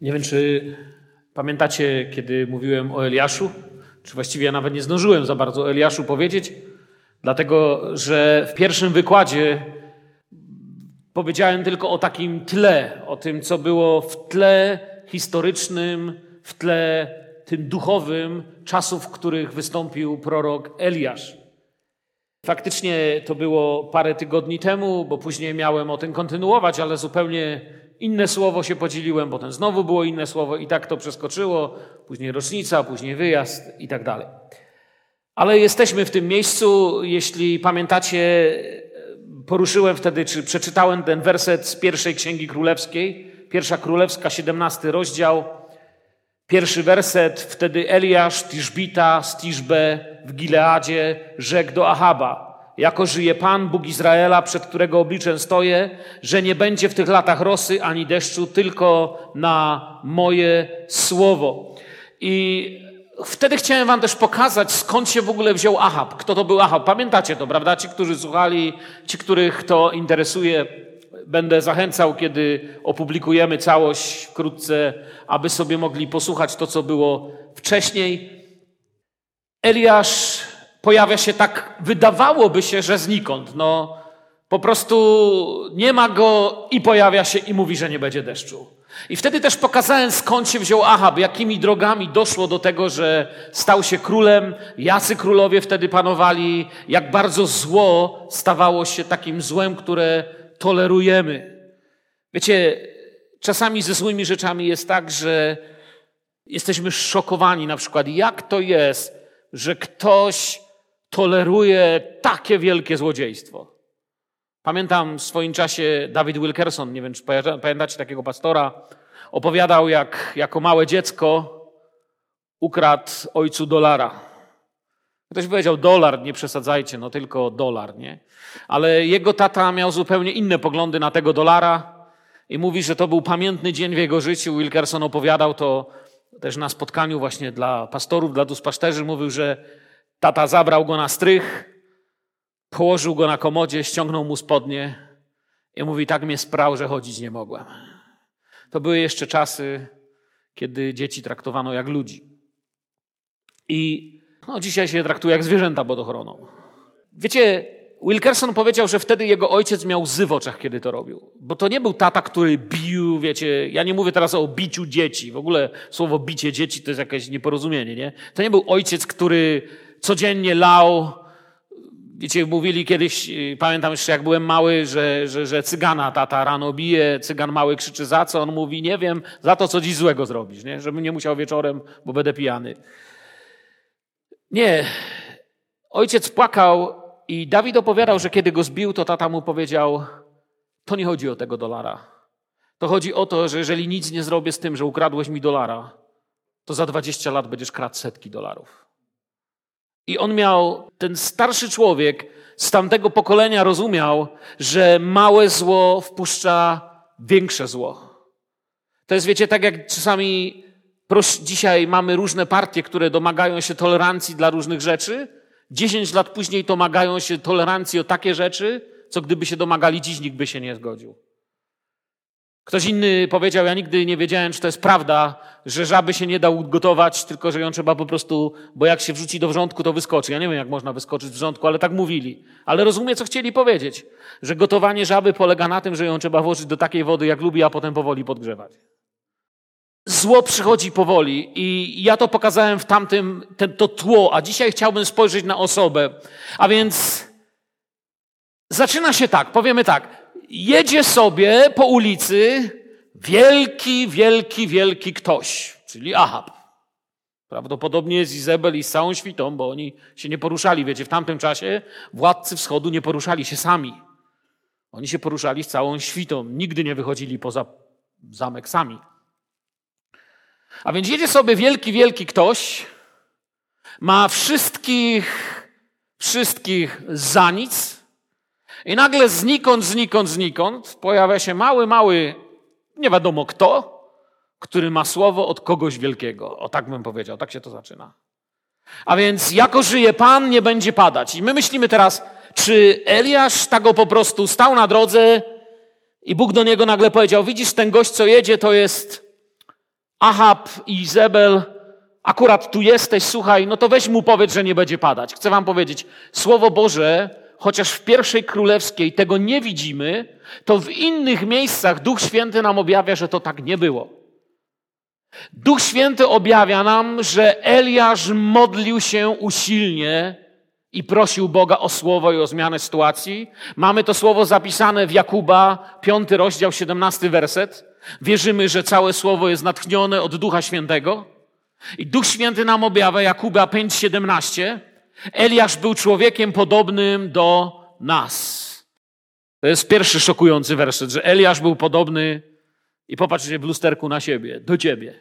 Nie wiem, czy pamiętacie, kiedy mówiłem o Eliaszu? Czy właściwie ja nawet nie zdążyłem za bardzo o Eliaszu powiedzieć, dlatego że w pierwszym wykładzie powiedziałem tylko o takim tle, o tym, co było w tle historycznym, w tle tym duchowym czasów, w których wystąpił prorok Eliasz. Faktycznie to było parę tygodni temu, bo później miałem o tym kontynuować, ale zupełnie inne słowo się podzieliłem, potem znowu było inne słowo i tak to przeskoczyło. Później rocznica, później wyjazd i tak dalej. Ale jesteśmy w tym miejscu, jeśli pamiętacie, poruszyłem wtedy, czy przeczytałem ten werset z pierwszej Księgi Królewskiej, Pierwsza Królewska, 17 rozdział, pierwszy werset. Wtedy Eliasz, Tiszbita z Tiszbe w Gileadzie rzekł do Ahaba: jako żyje Pan, Bóg Izraela, przed którego obliczem stoję, że nie będzie w tych latach rosy ani deszczu, tylko na moje słowo. I wtedy chciałem wam też pokazać, skąd się w ogóle wziął Ahab. Kto to był Ahab? Pamiętacie to, prawda? Ci, którzy słuchali, ci, których to interesuje, będę zachęcał, kiedy opublikujemy całość wkrótce, aby sobie mogli posłuchać to, co było wcześniej. Eliasz pojawia się tak, wydawałoby się, że znikąd. No, po prostu nie ma go i pojawia się i mówi, że nie będzie deszczu. I wtedy też pokazałem, skąd się wziął Ahab, jakimi drogami doszło do tego, że stał się królem, jacy królowie wtedy panowali, jak bardzo zło stawało się takim złem, które tolerujemy. Wiecie, czasami ze złymi rzeczami jest tak, że jesteśmy szokowani na przykład, jak to jest, że ktoś toleruje takie wielkie złodziejstwo. Pamiętam w swoim czasie David Wilkerson, nie wiem, czy pamiętacie takiego pastora, opowiadał, jak jako małe dziecko ukradł ojcu dolara. Ktoś powiedział dolar, nie przesadzajcie, no tylko dolar, nie? Ale jego tata miał zupełnie inne poglądy na tego dolara i mówi, że to był pamiętny dzień w jego życiu. Wilkerson opowiadał to też na spotkaniu właśnie dla pastorów, dla duszpasterzy. Mówił, że tata zabrał go na strych, położył go na komodzie, ściągnął mu spodnie i mówi: tak mnie sprał, że chodzić nie mogłem. To były jeszcze czasy, kiedy dzieci traktowano jak ludzi. I dzisiaj się traktuje jak zwierzęta pod ochroną. Wiecie, Wilkerson powiedział, że wtedy jego ojciec miał łzy w oczach, kiedy to robił. Bo to nie był tata, który bił, wiecie, ja nie mówię teraz o biciu dzieci. W ogóle słowo bicie dzieci to jest jakieś nieporozumienie, nie? To nie był ojciec, który codziennie lał. Wiecie, mówili kiedyś, pamiętam jeszcze jak byłem mały, że cygana tata rano bije, cygan mały krzyczy za co? On mówi: nie wiem, za to, co dziś złego zrobisz, nie? Żebym nie musiał wieczorem, bo będę pijany. Nie. Ojciec płakał i Dawid opowiadał, że kiedy go zbił, to tata mu powiedział: to nie chodzi o tego dolara. To chodzi o to, że jeżeli nic nie zrobię z tym, że ukradłeś mi dolara, to za 20 lat będziesz kradł setki dolarów. I on miał, ten starszy człowiek z tamtego pokolenia rozumiał, że małe zło wpuszcza większe zło. To jest, wiecie, tak jak czasami dzisiaj mamy różne partie, które domagają się tolerancji dla różnych rzeczy. 10 lat później domagają się tolerancji o takie rzeczy, co gdyby się domagali dziś, nikt by się nie zgodził. Ktoś inny powiedział: ja nigdy nie wiedziałem, czy to jest prawda, że żaby się nie da ugotować, tylko że ją trzeba po prostu, bo jak się wrzuci do wrzątku, to wyskoczy. Ja nie wiem, jak można wyskoczyć z wrzątku, ale tak mówili. Ale rozumiem, co chcieli powiedzieć. Że gotowanie żaby polega na tym, że ją trzeba włożyć do takiej wody, jak lubi, a potem powoli podgrzewać. Zło przychodzi powoli i ja to pokazałem w tamtym, to tło, a dzisiaj chciałbym spojrzeć na osobę. A więc zaczyna się tak, powiemy tak. Jedzie sobie po ulicy wielki ktoś, czyli Ahab. Prawdopodobnie z Izabel i z całą świtą, bo oni się nie poruszali. Wiecie, w tamtym czasie władcy wschodu nie poruszali się sami. Oni się poruszali z całą świtą. Nigdy nie wychodzili poza zamek sami. A więc jedzie sobie wielki ktoś, ma wszystkich za nic i nagle znikąd pojawia się mały, nie wiadomo kto, który ma słowo od kogoś wielkiego. O, tak bym powiedział, tak się to zaczyna. A więc jako żyje Pan, nie będzie padać. I my myślimy teraz, czy Eliasz tak po prostu stał na drodze i Bóg do niego nagle powiedział: widzisz, ten gość, co jedzie, to jest Ahab i Izebel, akurat tu jesteś, słuchaj, no to weź mu powiedz, że nie będzie padać. Chcę wam powiedzieć, Słowo Boże, chociaż w pierwszej królewskiej tego nie widzimy, to w innych miejscach Duch Święty nam objawia, że to tak nie było. Duch Święty objawia nam, że Eliasz modlił się usilnie i prosił Boga o słowo i o zmianę sytuacji. Mamy to słowo zapisane w Jakuba, 5 rozdział, 17 werset. Wierzymy, że całe słowo jest natchnione od Ducha Świętego. I Duch Święty nam objawia, Jakuba 5:17. Eliasz był człowiekiem podobnym do nas. To jest pierwszy szokujący werset, że Eliasz był podobny, i popatrzcie w lusterku na siebie, do ciebie.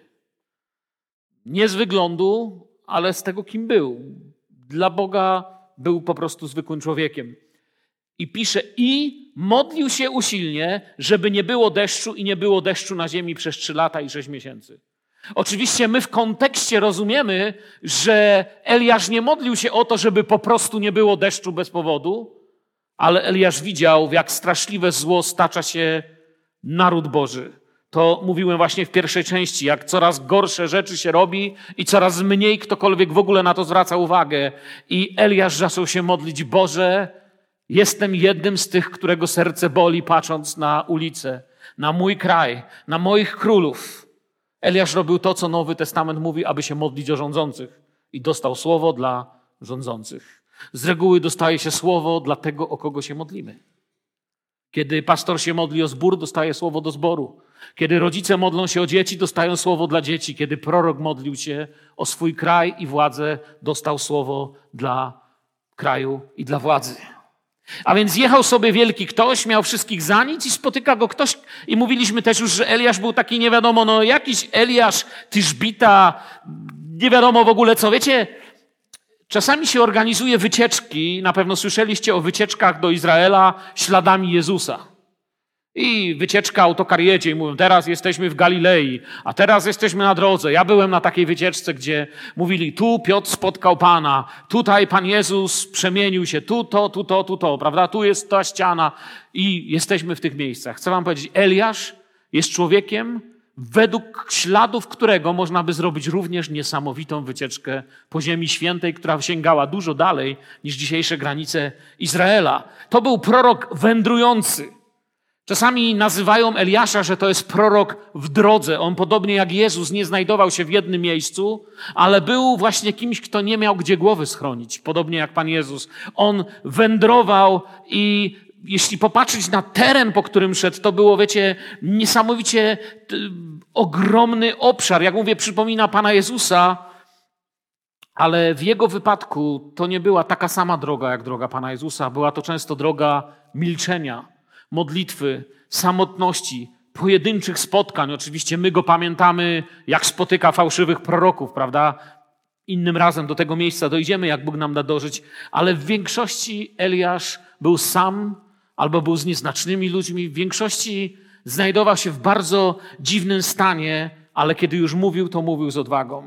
Nie z wyglądu, ale z tego, kim był. Dla Boga był po prostu zwykłym człowiekiem. I pisze, i modlił się usilnie, żeby nie było deszczu i nie było deszczu na ziemi przez 3 lata i 6 miesięcy. Oczywiście my w kontekście rozumiemy, że Eliasz nie modlił się o to, żeby po prostu nie było deszczu bez powodu, ale Eliasz widział, w jak straszliwe zło stacza się naród Boży. To mówiłem właśnie w pierwszej części, jak coraz gorsze rzeczy się robi i coraz mniej ktokolwiek w ogóle na to zwraca uwagę. I Eliasz zaczął się modlić, Boże, jestem jednym z tych, którego serce boli, patrząc na ulicę, na mój kraj, na moich królów. Eliasz robił to, co Nowy Testament mówi, aby się modlić o rządzących. I dostał słowo dla rządzących. Z reguły dostaje się słowo dla tego, o kogo się modlimy. Kiedy pastor się modli o zbór, dostaje słowo do zboru. Kiedy rodzice modlą się o dzieci, dostają słowo dla dzieci. Kiedy prorok modlił się o swój kraj i władzę, dostał słowo dla kraju i dla władzy. A więc jechał sobie wielki ktoś, miał wszystkich za nic i spotyka go ktoś. I mówiliśmy też już, że Eliasz był taki nie wiadomo, no jakiś Eliasz, Tyszbita, nie wiadomo w ogóle co. Wiecie, czasami się organizuje wycieczki, na pewno słyszeliście o wycieczkach do Izraela śladami Jezusa. I wycieczka autokar jedzie i mówią, teraz jesteśmy w Galilei, a teraz jesteśmy na drodze. Ja byłem na takiej wycieczce, gdzie mówili, tu Piotr spotkał Pana, tutaj Pan Jezus przemienił się, tu to, prawda? Tu jest ta ściana i jesteśmy w tych miejscach. Chcę wam powiedzieć, Eliasz jest człowiekiem, według śladów którego można by zrobić również niesamowitą wycieczkę po Ziemi Świętej, która sięgała dużo dalej niż dzisiejsze granice Izraela. To był prorok wędrujący. Czasami nazywają Eliasza, że to jest prorok w drodze. On podobnie jak Jezus nie znajdował się w jednym miejscu, ale był właśnie kimś, kto nie miał gdzie głowy schronić. Podobnie jak Pan Jezus. On wędrował i jeśli popatrzeć na teren, po którym szedł, to było, wiecie, niesamowicie ogromny obszar. Jak mówię, przypomina Pana Jezusa, ale w jego wypadku to nie była taka sama droga jak droga Pana Jezusa. Była to często droga milczenia, modlitwy, samotności, pojedynczych spotkań. Oczywiście my go pamiętamy, jak spotyka fałszywych proroków, prawda? Innym razem do tego miejsca dojdziemy, jak Bóg nam da dożyć. Ale w większości Eliasz był sam albo był z nieznacznymi ludźmi. W większości znajdował się w bardzo dziwnym stanie, ale kiedy już mówił, to mówił z odwagą.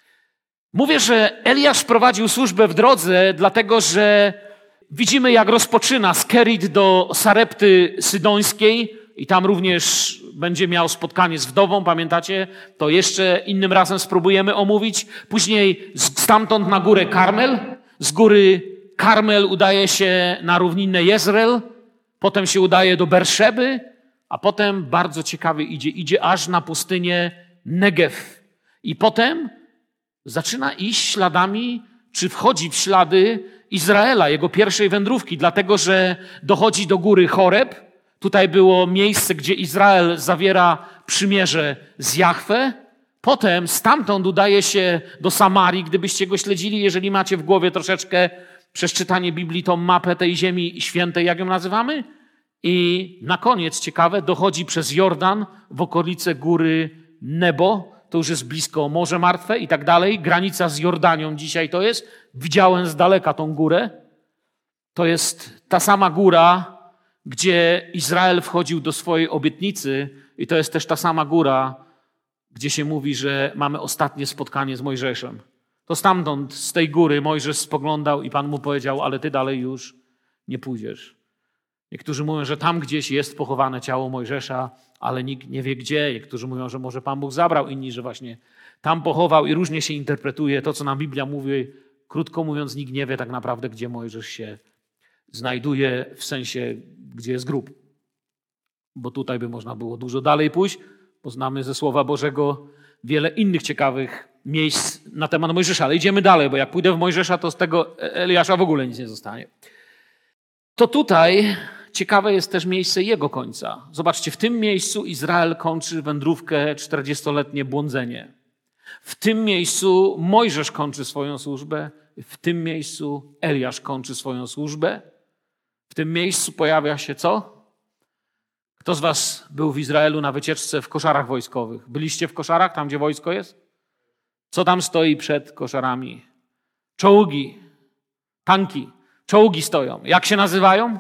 Mówię, że Eliasz prowadził służbę w drodze, dlatego że widzimy, jak rozpoczyna z Kerit do Sarepty Sydońskiej i tam również będzie miał spotkanie z wdową, pamiętacie? To jeszcze innym razem spróbujemy omówić. Później stamtąd na górę Karmel. Z góry Karmel udaje się na równinę Jezreel. Potem się udaje do Berszeby, a potem bardzo ciekawie idzie aż na pustynię Negev. I potem zaczyna iść śladami, czy wchodzi w ślady Izraela, jego pierwszej wędrówki, dlatego że dochodzi do góry Choreb. Tutaj było miejsce, gdzie Izrael zawiera przymierze z Jahwe. Potem stamtąd udaje się do Samarii, gdybyście go śledzili, jeżeli macie w głowie troszeczkę przez czytanie Biblii tą mapę tej ziemi świętej, jak ją nazywamy. I na koniec, ciekawe, dochodzi przez Jordan w okolice góry Nebo. To już jest blisko Morze Martwe i tak dalej. Granica z Jordanią dzisiaj to jest. Widziałem z daleka tą górę. To jest ta sama góra, gdzie Izrael wchodził do swojej obietnicy i to jest też ta sama góra, gdzie się mówi, że mamy ostatnie spotkanie z Mojżeszem. To stamtąd, z tej góry Mojżesz spoglądał i Pan mu powiedział, ale ty dalej już nie pójdziesz. Niektórzy mówią, że tam gdzieś jest pochowane ciało Mojżesza, ale nikt nie wie gdzie. Niektórzy mówią, że może Pan Bóg zabrał, inni, że właśnie tam pochował i różnie się interpretuje to, co nam Biblia mówi. Krótko mówiąc, nikt nie wie tak naprawdę, gdzie Mojżesz się znajduje, w sensie, gdzie jest grób. Bo tutaj by można było dużo dalej pójść, bo znamy ze Słowa Bożego wiele innych ciekawych miejsc na temat Mojżesza. Ale idziemy dalej, bo jak pójdę w Mojżesza, to z tego Eliasza w ogóle nic nie zostanie. To tutaj ciekawe jest też miejsce jego końca. Zobaczcie, w tym miejscu Izrael kończy wędrówkę, 40-letnie błądzenie. W tym miejscu Mojżesz kończy swoją służbę, w tym miejscu Eliasz kończy swoją służbę. W tym miejscu pojawia się co? Kto z was był w Izraelu na wycieczce w koszarach wojskowych? Byliście w koszarach, tam gdzie wojsko jest? Co tam stoi przed koszarami? Czołgi, tanki, czołgi stoją. Jak się nazywają?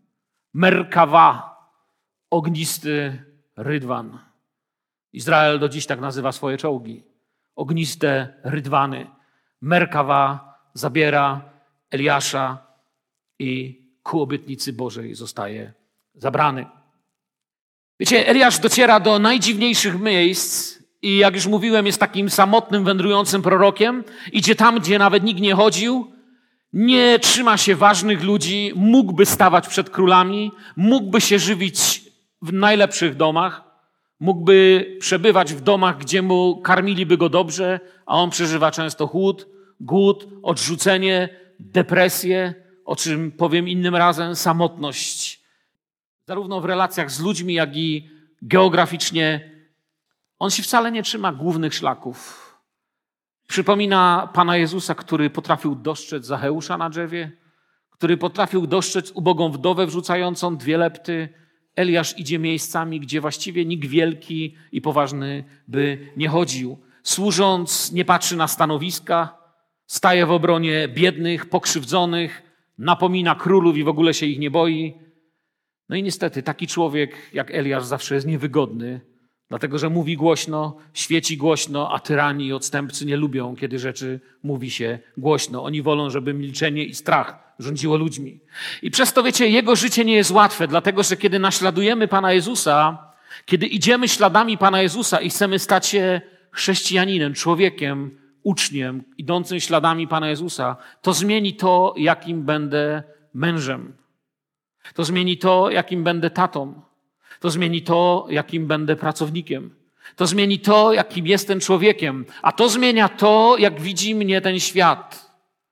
Merkawa, ognisty rydwan. Izrael do dziś tak nazywa swoje czołgi. Ogniste rydwany. Merkawa zabiera Eliasza i ku obietnicy Bożej zostaje zabrany. Wiecie, Eliasz dociera do najdziwniejszych miejsc i jak już mówiłem, jest takim samotnym, wędrującym prorokiem. Idzie tam, gdzie nawet nikt nie chodził. Nie trzyma się ważnych ludzi. Mógłby stawać przed królami. Mógłby się żywić w najlepszych domach. Mógłby przebywać w domach, gdzie mu karmiliby go dobrze, a on przeżywa często głód, odrzucenie, depresję, o czym powiem innym razem, samotność. Zarówno w relacjach z ludźmi, jak i geograficznie. On się wcale nie trzyma głównych szlaków. Przypomina Pana Jezusa, który potrafił dostrzec Zacheusza na drzewie, który potrafił dostrzec ubogą wdowę wrzucającą 2 lepty. Eliasz idzie miejscami, gdzie właściwie nikt wielki i poważny by nie chodził. Służąc, nie patrzy na stanowiska, staje w obronie biednych, pokrzywdzonych, napomina królów i w ogóle się ich nie boi. No i niestety taki człowiek jak Eliasz zawsze jest niewygodny, dlatego że mówi głośno, świeci głośno, a tyrani i odstępcy nie lubią, kiedy rzeczy mówi się głośno. Oni wolą, żeby milczenie i strach rządziło ludźmi. I przez to, wiecie, jego życie nie jest łatwe, dlatego że kiedy naśladujemy Pana Jezusa, kiedy idziemy śladami Pana Jezusa i chcemy stać się chrześcijaninem, człowiekiem, uczniem, idącym śladami Pana Jezusa, to zmieni to, jakim będę mężem. To zmieni to, jakim będę tatą. To zmieni to, jakim będę pracownikiem. To zmieni to, jakim jestem człowiekiem. A to zmienia to, jak widzi mnie ten świat.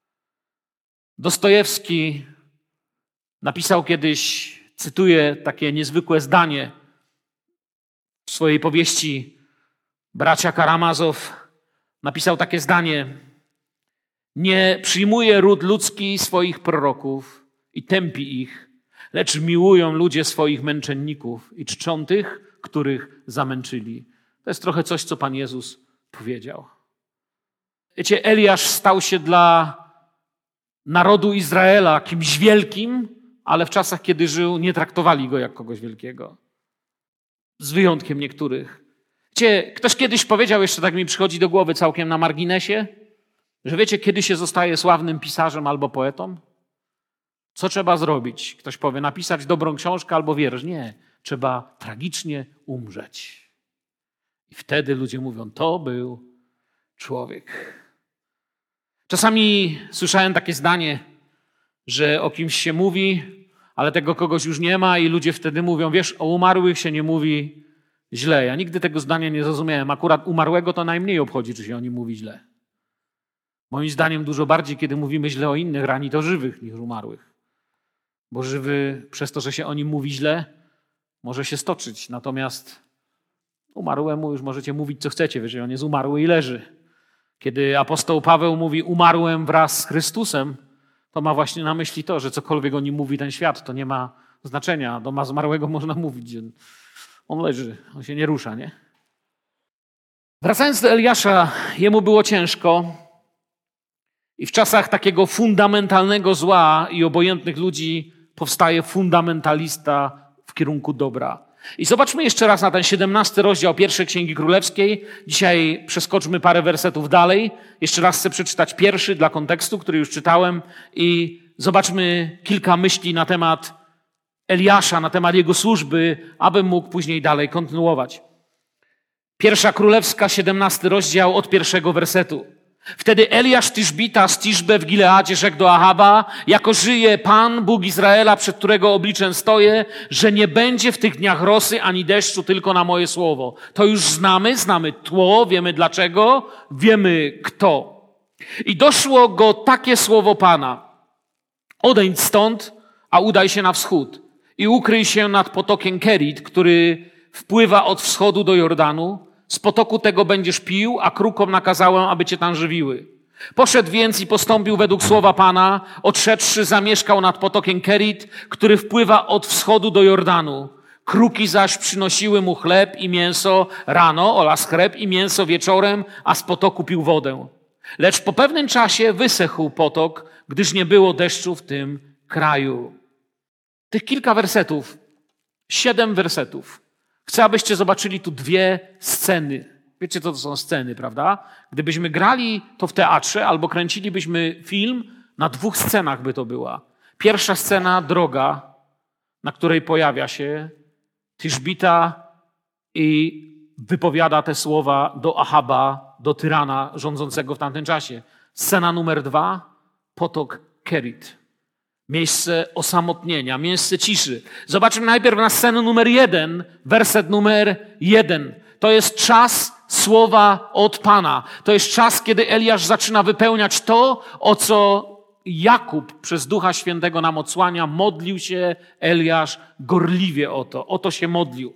Dostojewski napisał kiedyś, cytuję takie niezwykłe zdanie w swojej powieści Bracia Karamazow. Napisał takie zdanie: nie przyjmuje ród ludzki swoich proroków i tępi ich, lecz miłują ludzie swoich męczenników i czczą tych, których zamęczyli. To jest trochę coś, co Pan Jezus powiedział. Wiecie, Eliasz stał się dla narodu Izraela kimś wielkim, ale w czasach, kiedy żył, nie traktowali go jak kogoś wielkiego. Z wyjątkiem niektórych. Wiecie, ktoś kiedyś powiedział, jeszcze tak mi przychodzi do głowy całkiem na marginesie, że wiecie, kiedy się zostaje sławnym pisarzem albo poetą? Co trzeba zrobić? Ktoś powie, napisać dobrą książkę albo wiersz. Nie, trzeba tragicznie umrzeć. I wtedy ludzie mówią, to był człowiek. Czasami słyszałem takie zdanie, że o kimś się mówi, ale tego kogoś już nie ma i ludzie wtedy mówią, wiesz, o umarłych się nie mówi źle. Ja nigdy tego zdania nie zrozumiałem. Akurat umarłego to najmniej obchodzi, czy się o nim mówi źle. Moim zdaniem dużo bardziej, kiedy mówimy źle o innych, rani to żywych niż umarłych. Bo żywy, przez to, że się o nim mówi źle, może się stoczyć. Natomiast umarłemu już możecie mówić, co chcecie. Wiesz, on jest umarły i leży. Kiedy apostoł Paweł mówi, umarłem wraz z Chrystusem, to ma właśnie na myśli to, że cokolwiek o nim mówi ten świat, to nie ma znaczenia. Do zmarłego można mówić. On leży, on się nie rusza, nie? Wracając do Eliasza, jemu było ciężko i w czasach takiego fundamentalnego zła i obojętnych ludzi powstaje fundamentalista w kierunku dobra. I zobaczmy jeszcze raz na ten 17 rozdział pierwszej Księgi Królewskiej. Dzisiaj przeskoczmy parę wersetów dalej. Jeszcze raz chcę przeczytać pierwszy dla kontekstu, który już czytałem i zobaczmy kilka myśli na temat Eliasza na temat jego służby, abym mógł później dalej kontynuować. 1 Królewska, 17 rozdział od 1 wersetu. Wtedy Eliasz Tiszbita z Tiszbe w Gileadzie rzekł do Ahaba: jako żyje Pan, Bóg Izraela, przed którego obliczem stoję, że nie będzie w tych dniach rosy ani deszczu, tylko na moje słowo. To już znamy tło, wiemy dlaczego, wiemy kto. I doszło go takie słowo Pana: odejdź stąd, a udaj się na wschód i ukryj się nad potokiem Kerit, który wpływa od wschodu do Jordanu. Z potoku tego będziesz pił, a krukom nakazałem, aby cię tam żywiły. Poszedł więc i postąpił według słowa Pana. Odszedłszy, zamieszkał nad potokiem Kerit, który wpływa od wschodu do Jordanu. Kruki zaś przynosiły mu chleb i mięso rano oraz chleb i mięso wieczorem, a z potoku pił wodę. Lecz po pewnym czasie wysechł potok, gdyż nie było deszczu w tym kraju. Tych kilka wersetów, 7 wersetów. Chcę, abyście zobaczyli tu 2 sceny. Wiecie, co to są sceny, prawda? Gdybyśmy grali to w teatrze albo kręcilibyśmy film, na 2 scenach by to była. Pierwsza scena, droga, na której pojawia się Tiszbita i wypowiada te słowa do Ahaba, do tyrana rządzącego w tamtym czasie. Scena numer 2, potok Kerit. Miejsce osamotnienia, miejsce ciszy. Zobaczmy najpierw na scenę numer 1, werset numer 1. To jest czas słowa od Pana. To jest czas, kiedy Eliasz zaczyna wypełniać to, o co Jakub przez Ducha Świętego nam odsłania. Modlił się Eliasz gorliwie o to. O to się modlił.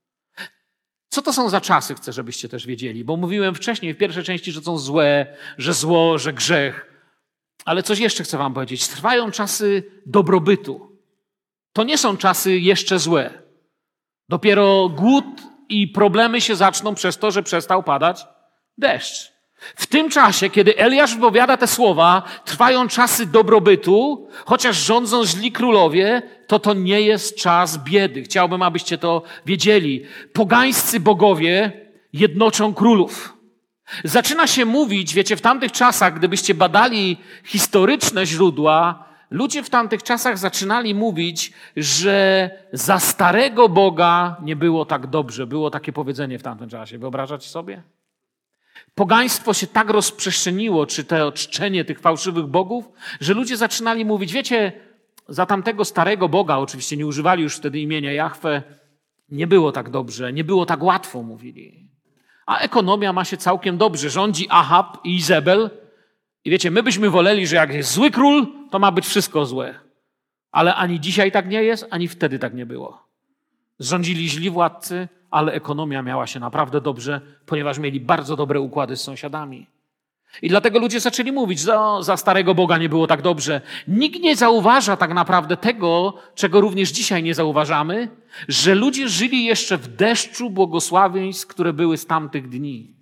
Co to są za czasy, chcę, żebyście też wiedzieli. Bo mówiłem wcześniej w pierwszej części, że są złe, że zło, że grzech. Ale coś jeszcze chcę wam powiedzieć. Trwają czasy dobrobytu. To nie są czasy jeszcze złe. Dopiero głód i problemy się zaczną przez to, że przestał padać deszcz. W tym czasie, kiedy Eliasz wypowiada te słowa, trwają czasy dobrobytu, chociaż rządzą źli królowie, to nie jest czas biedy. Chciałbym, abyście to wiedzieli. Pogańscy bogowie jednoczą królów. Zaczyna się mówić, wiecie, w tamtych czasach, gdybyście badali historyczne źródła, ludzie w tamtych czasach zaczynali mówić, że za starego Boga nie było tak dobrze. Było takie powiedzenie w tamtym czasie. Wyobrażacie sobie? Pogaństwo się tak rozprzestrzeniło, czy to czczenie tych fałszywych bogów, że ludzie zaczynali mówić, wiecie, za tamtego starego Boga, oczywiście nie używali już wtedy imienia Jahwe, nie było tak dobrze, nie było tak łatwo, mówili. A ekonomia ma się całkiem dobrze. Rządzi Ahab i Izebel. I wiecie, my byśmy woleli, że jak jest zły król, to ma być wszystko złe. Ale ani dzisiaj tak nie jest, ani wtedy tak nie było. Rządzili źli władcy, ale ekonomia miała się naprawdę dobrze, ponieważ mieli bardzo dobre układy z sąsiadami. I dlatego ludzie zaczęli mówić, że za starego Boga nie było tak dobrze. Nikt nie zauważa tak naprawdę tego, czego również dzisiaj nie zauważamy, że ludzie żyli jeszcze w deszczu błogosławieństw, które były z tamtych dni.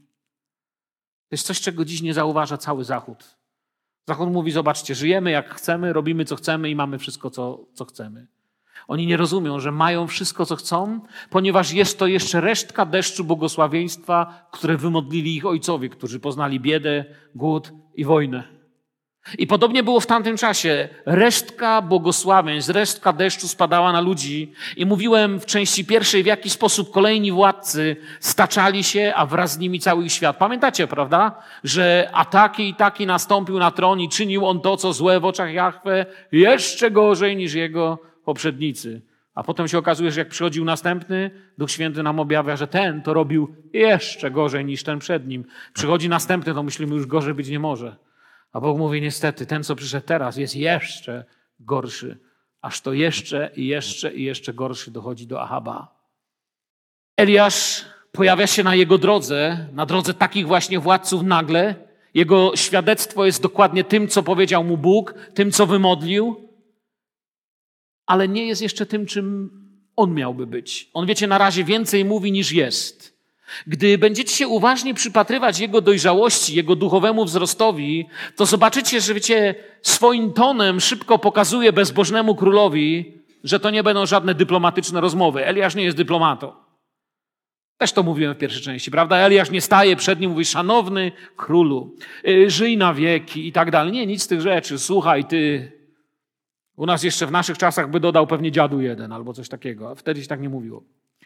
To jest coś, czego dziś nie zauważa cały Zachód. Zachód mówi, zobaczcie, żyjemy jak chcemy, robimy co chcemy i mamy wszystko, co chcemy. Oni nie rozumią, że mają wszystko, co chcą, ponieważ jest to jeszcze resztka deszczu błogosławieństwa, które wymodlili ich ojcowie, którzy poznali biedę, głód i wojnę. I podobnie było w tamtym czasie. Resztka błogosławieństw, resztka deszczu spadała na ludzi i mówiłem w części pierwszej, w jaki sposób kolejni władcy staczali się, a wraz z nimi cały ich świat. Pamiętacie, prawda? Że i taki nastąpił na tron i czynił on to, co złe w oczach Jahwe, jeszcze gorzej niż jego poprzednicy. A potem się okazuje, że jak przychodził następny, Duch Święty nam objawia, że ten to robił jeszcze gorzej niż ten przed nim. Przychodzi następny, to myślimy, już gorzej być nie może. A Bóg mówi, niestety, ten, co przyszedł teraz, jest jeszcze gorszy. Aż to jeszcze gorszy dochodzi do Ahaba. Eliasz pojawia się na jego drodze, na drodze takich właśnie władców nagle. Jego świadectwo jest dokładnie tym, co powiedział mu Bóg, tym, co wymodlił, ale nie jest jeszcze tym, czym on miałby być. On, wiecie, na razie więcej mówi niż jest. Gdy będziecie się uważnie przypatrywać jego dojrzałości, jego duchowemu wzrostowi, to zobaczycie, że, wiecie, swoim tonem szybko pokazuje bezbożnemu królowi, że to nie będą żadne dyplomatyczne rozmowy. Eliasz nie jest dyplomatą. Też to mówiłem w pierwszej części, prawda? Eliasz nie staje przed nim, mówi, szanowny królu, żyj na wieki i tak dalej. Nie, nic z tych rzeczy. Słuchaj, ty, U nas jeszcze w naszych czasach by dodał pewnie dziadu jeden albo coś takiego, a wtedy się tak nie mówiło.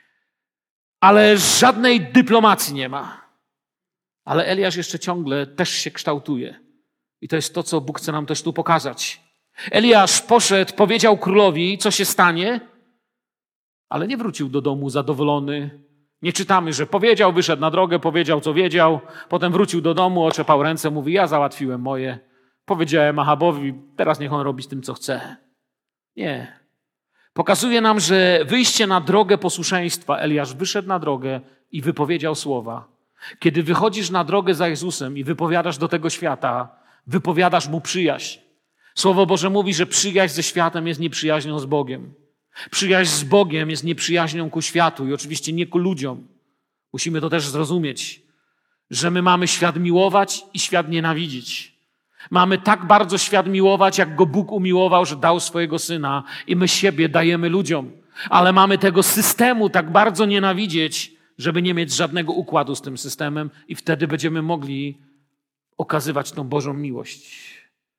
Ale żadnej dyplomacji nie ma. Ale Eliasz jeszcze ciągle też się kształtuje. I to jest to, co Bóg chce nam też tu pokazać. Eliasz poszedł, powiedział królowi, co się stanie, ale nie wrócił do domu zadowolony. Nie czytamy, że powiedział, wyszedł na drogę, powiedział, co wiedział, potem wrócił do domu, oczepał ręce, mówi, ja załatwiłem moje. Powiedziałem Ahabowi, teraz niech on robi z tym, co chce. Nie. Pokazuje nam, że wyjście na drogę posłuszeństwa, Eliasz wyszedł na drogę i wypowiedział słowa. Kiedy wychodzisz na drogę za Jezusem i wypowiadasz do tego świata, wypowiadasz mu przyjaźń. Słowo Boże mówi, że przyjaźń ze światem jest nieprzyjaźnią z Bogiem. Przyjaźń z Bogiem jest nieprzyjaźnią ku światu i oczywiście nie ku ludziom. Musimy to też zrozumieć, że my mamy świat miłować i świat nienawidzić. Mamy tak bardzo świat miłować, jak go Bóg umiłował, że dał swojego Syna i my siebie dajemy ludziom. Ale mamy tego systemu tak bardzo nienawidzieć, żeby nie mieć żadnego układu z tym systemem i wtedy będziemy mogli okazywać tą Bożą miłość.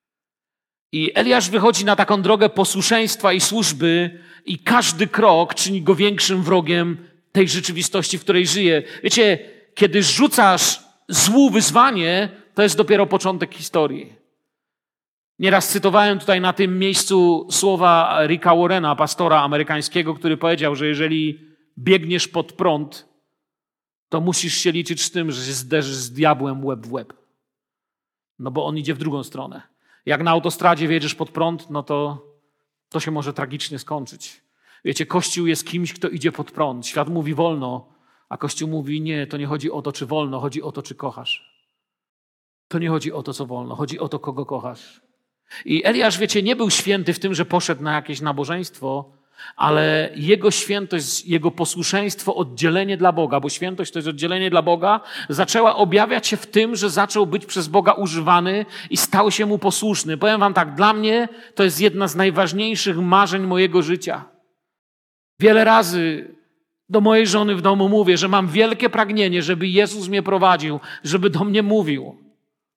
I Eliasz wychodzi na taką drogę posłuszeństwa i służby i każdy krok czyni go większym wrogiem tej rzeczywistości, w której żyje. Wiecie, kiedy rzucasz złu wyzwanie, to jest dopiero początek historii. Nieraz cytowałem tutaj na tym miejscu słowa Ricka Warrena, pastora amerykańskiego, który powiedział, że jeżeli biegniesz pod prąd, to musisz się liczyć z tym, że się zderzysz z diabłem łeb w łeb. No bo on idzie w drugą stronę. Jak na autostradzie wjedziesz pod prąd, no to się może tragicznie skończyć. Wiecie, Kościół jest kimś, kto idzie pod prąd. Świat mówi wolno, a Kościół mówi nie, to nie chodzi o to, czy wolno, chodzi o to, czy kochasz. To nie chodzi o to, co wolno, chodzi o to, kogo kochasz. I Eliasz, wiecie, nie był święty w tym, że poszedł na jakieś nabożeństwo, ale jego świętość, jego posłuszeństwo, oddzielenie dla Boga, bo świętość to jest oddzielenie dla Boga, zaczęła objawiać się w tym, że zaczął być przez Boga używany i stał się mu posłuszny. Powiem wam tak, dla mnie to jest jedna z najważniejszych marzeń mojego życia. Wiele razy do mojej żony w domu mówię, że mam wielkie pragnienie, żeby Jezus mnie prowadził, żeby do mnie mówił,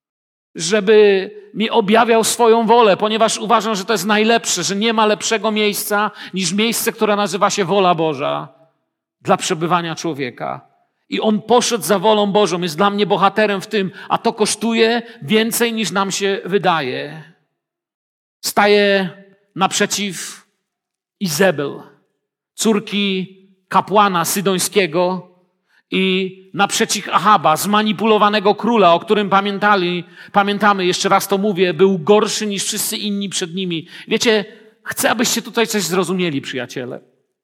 żeby mi objawiał swoją wolę, ponieważ uważam, że to jest najlepsze, że nie ma lepszego miejsca niż miejsce, które nazywa się wola Boża dla przebywania człowieka. I on poszedł za wolą Bożą, jest dla mnie bohaterem w tym, a to kosztuje więcej niż nam się wydaje. Staje naprzeciw Izabel, córki kapłana sydońskiego, i naprzeciw Ahaba, zmanipulowanego króla, o którym pamiętamy, jeszcze raz to mówię, był gorszy niż wszyscy inni przed nimi. Wiecie, chcę, abyście tutaj coś zrozumieli, przyjaciele.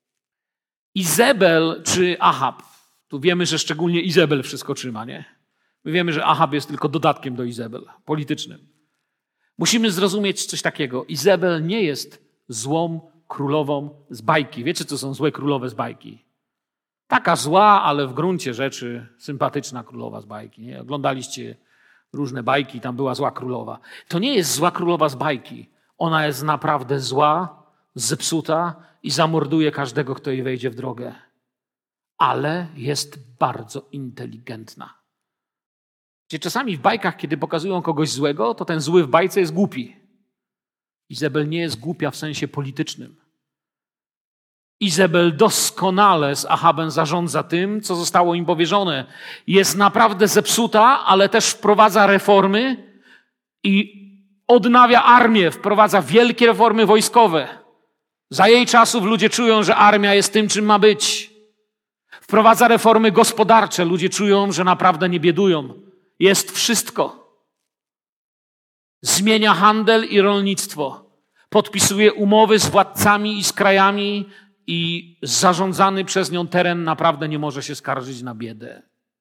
Izabel czy Ahab, tu wiemy, że szczególnie Izabel wszystko trzyma, nie? My wiemy, że Ahab jest tylko dodatkiem do Izabel, politycznym. Musimy zrozumieć coś takiego. Izabel nie jest złą królową z bajki. Wiecie, co są złe królowe z bajki? Taka zła, ale w gruncie rzeczy sympatyczna królowa z bajki. Nie? Oglądaliście różne bajki, tam była zła królowa. To nie jest zła królowa z bajki. Ona jest naprawdę zła, zepsuta i zamorduje każdego, kto jej wejdzie w drogę. Ale jest bardzo inteligentna. Czasami w bajkach, kiedy pokazują kogoś złego, to ten zły w bajce jest głupi. Izabel nie jest głupia w sensie politycznym. Izabel doskonale z Ahabem zarządza tym, co zostało im powierzone. Jest naprawdę zepsuta, ale też wprowadza reformy i odnawia armię, wprowadza wielkie reformy wojskowe. Za jej czasów ludzie czują, że armia jest tym, czym ma być. Wprowadza reformy gospodarcze. Ludzie czują, że naprawdę nie biedują. Jest wszystko. Zmienia handel i rolnictwo. Podpisuje umowy z władcami i z krajami i zarządzany przez nią teren naprawdę nie może się skarżyć na biedę.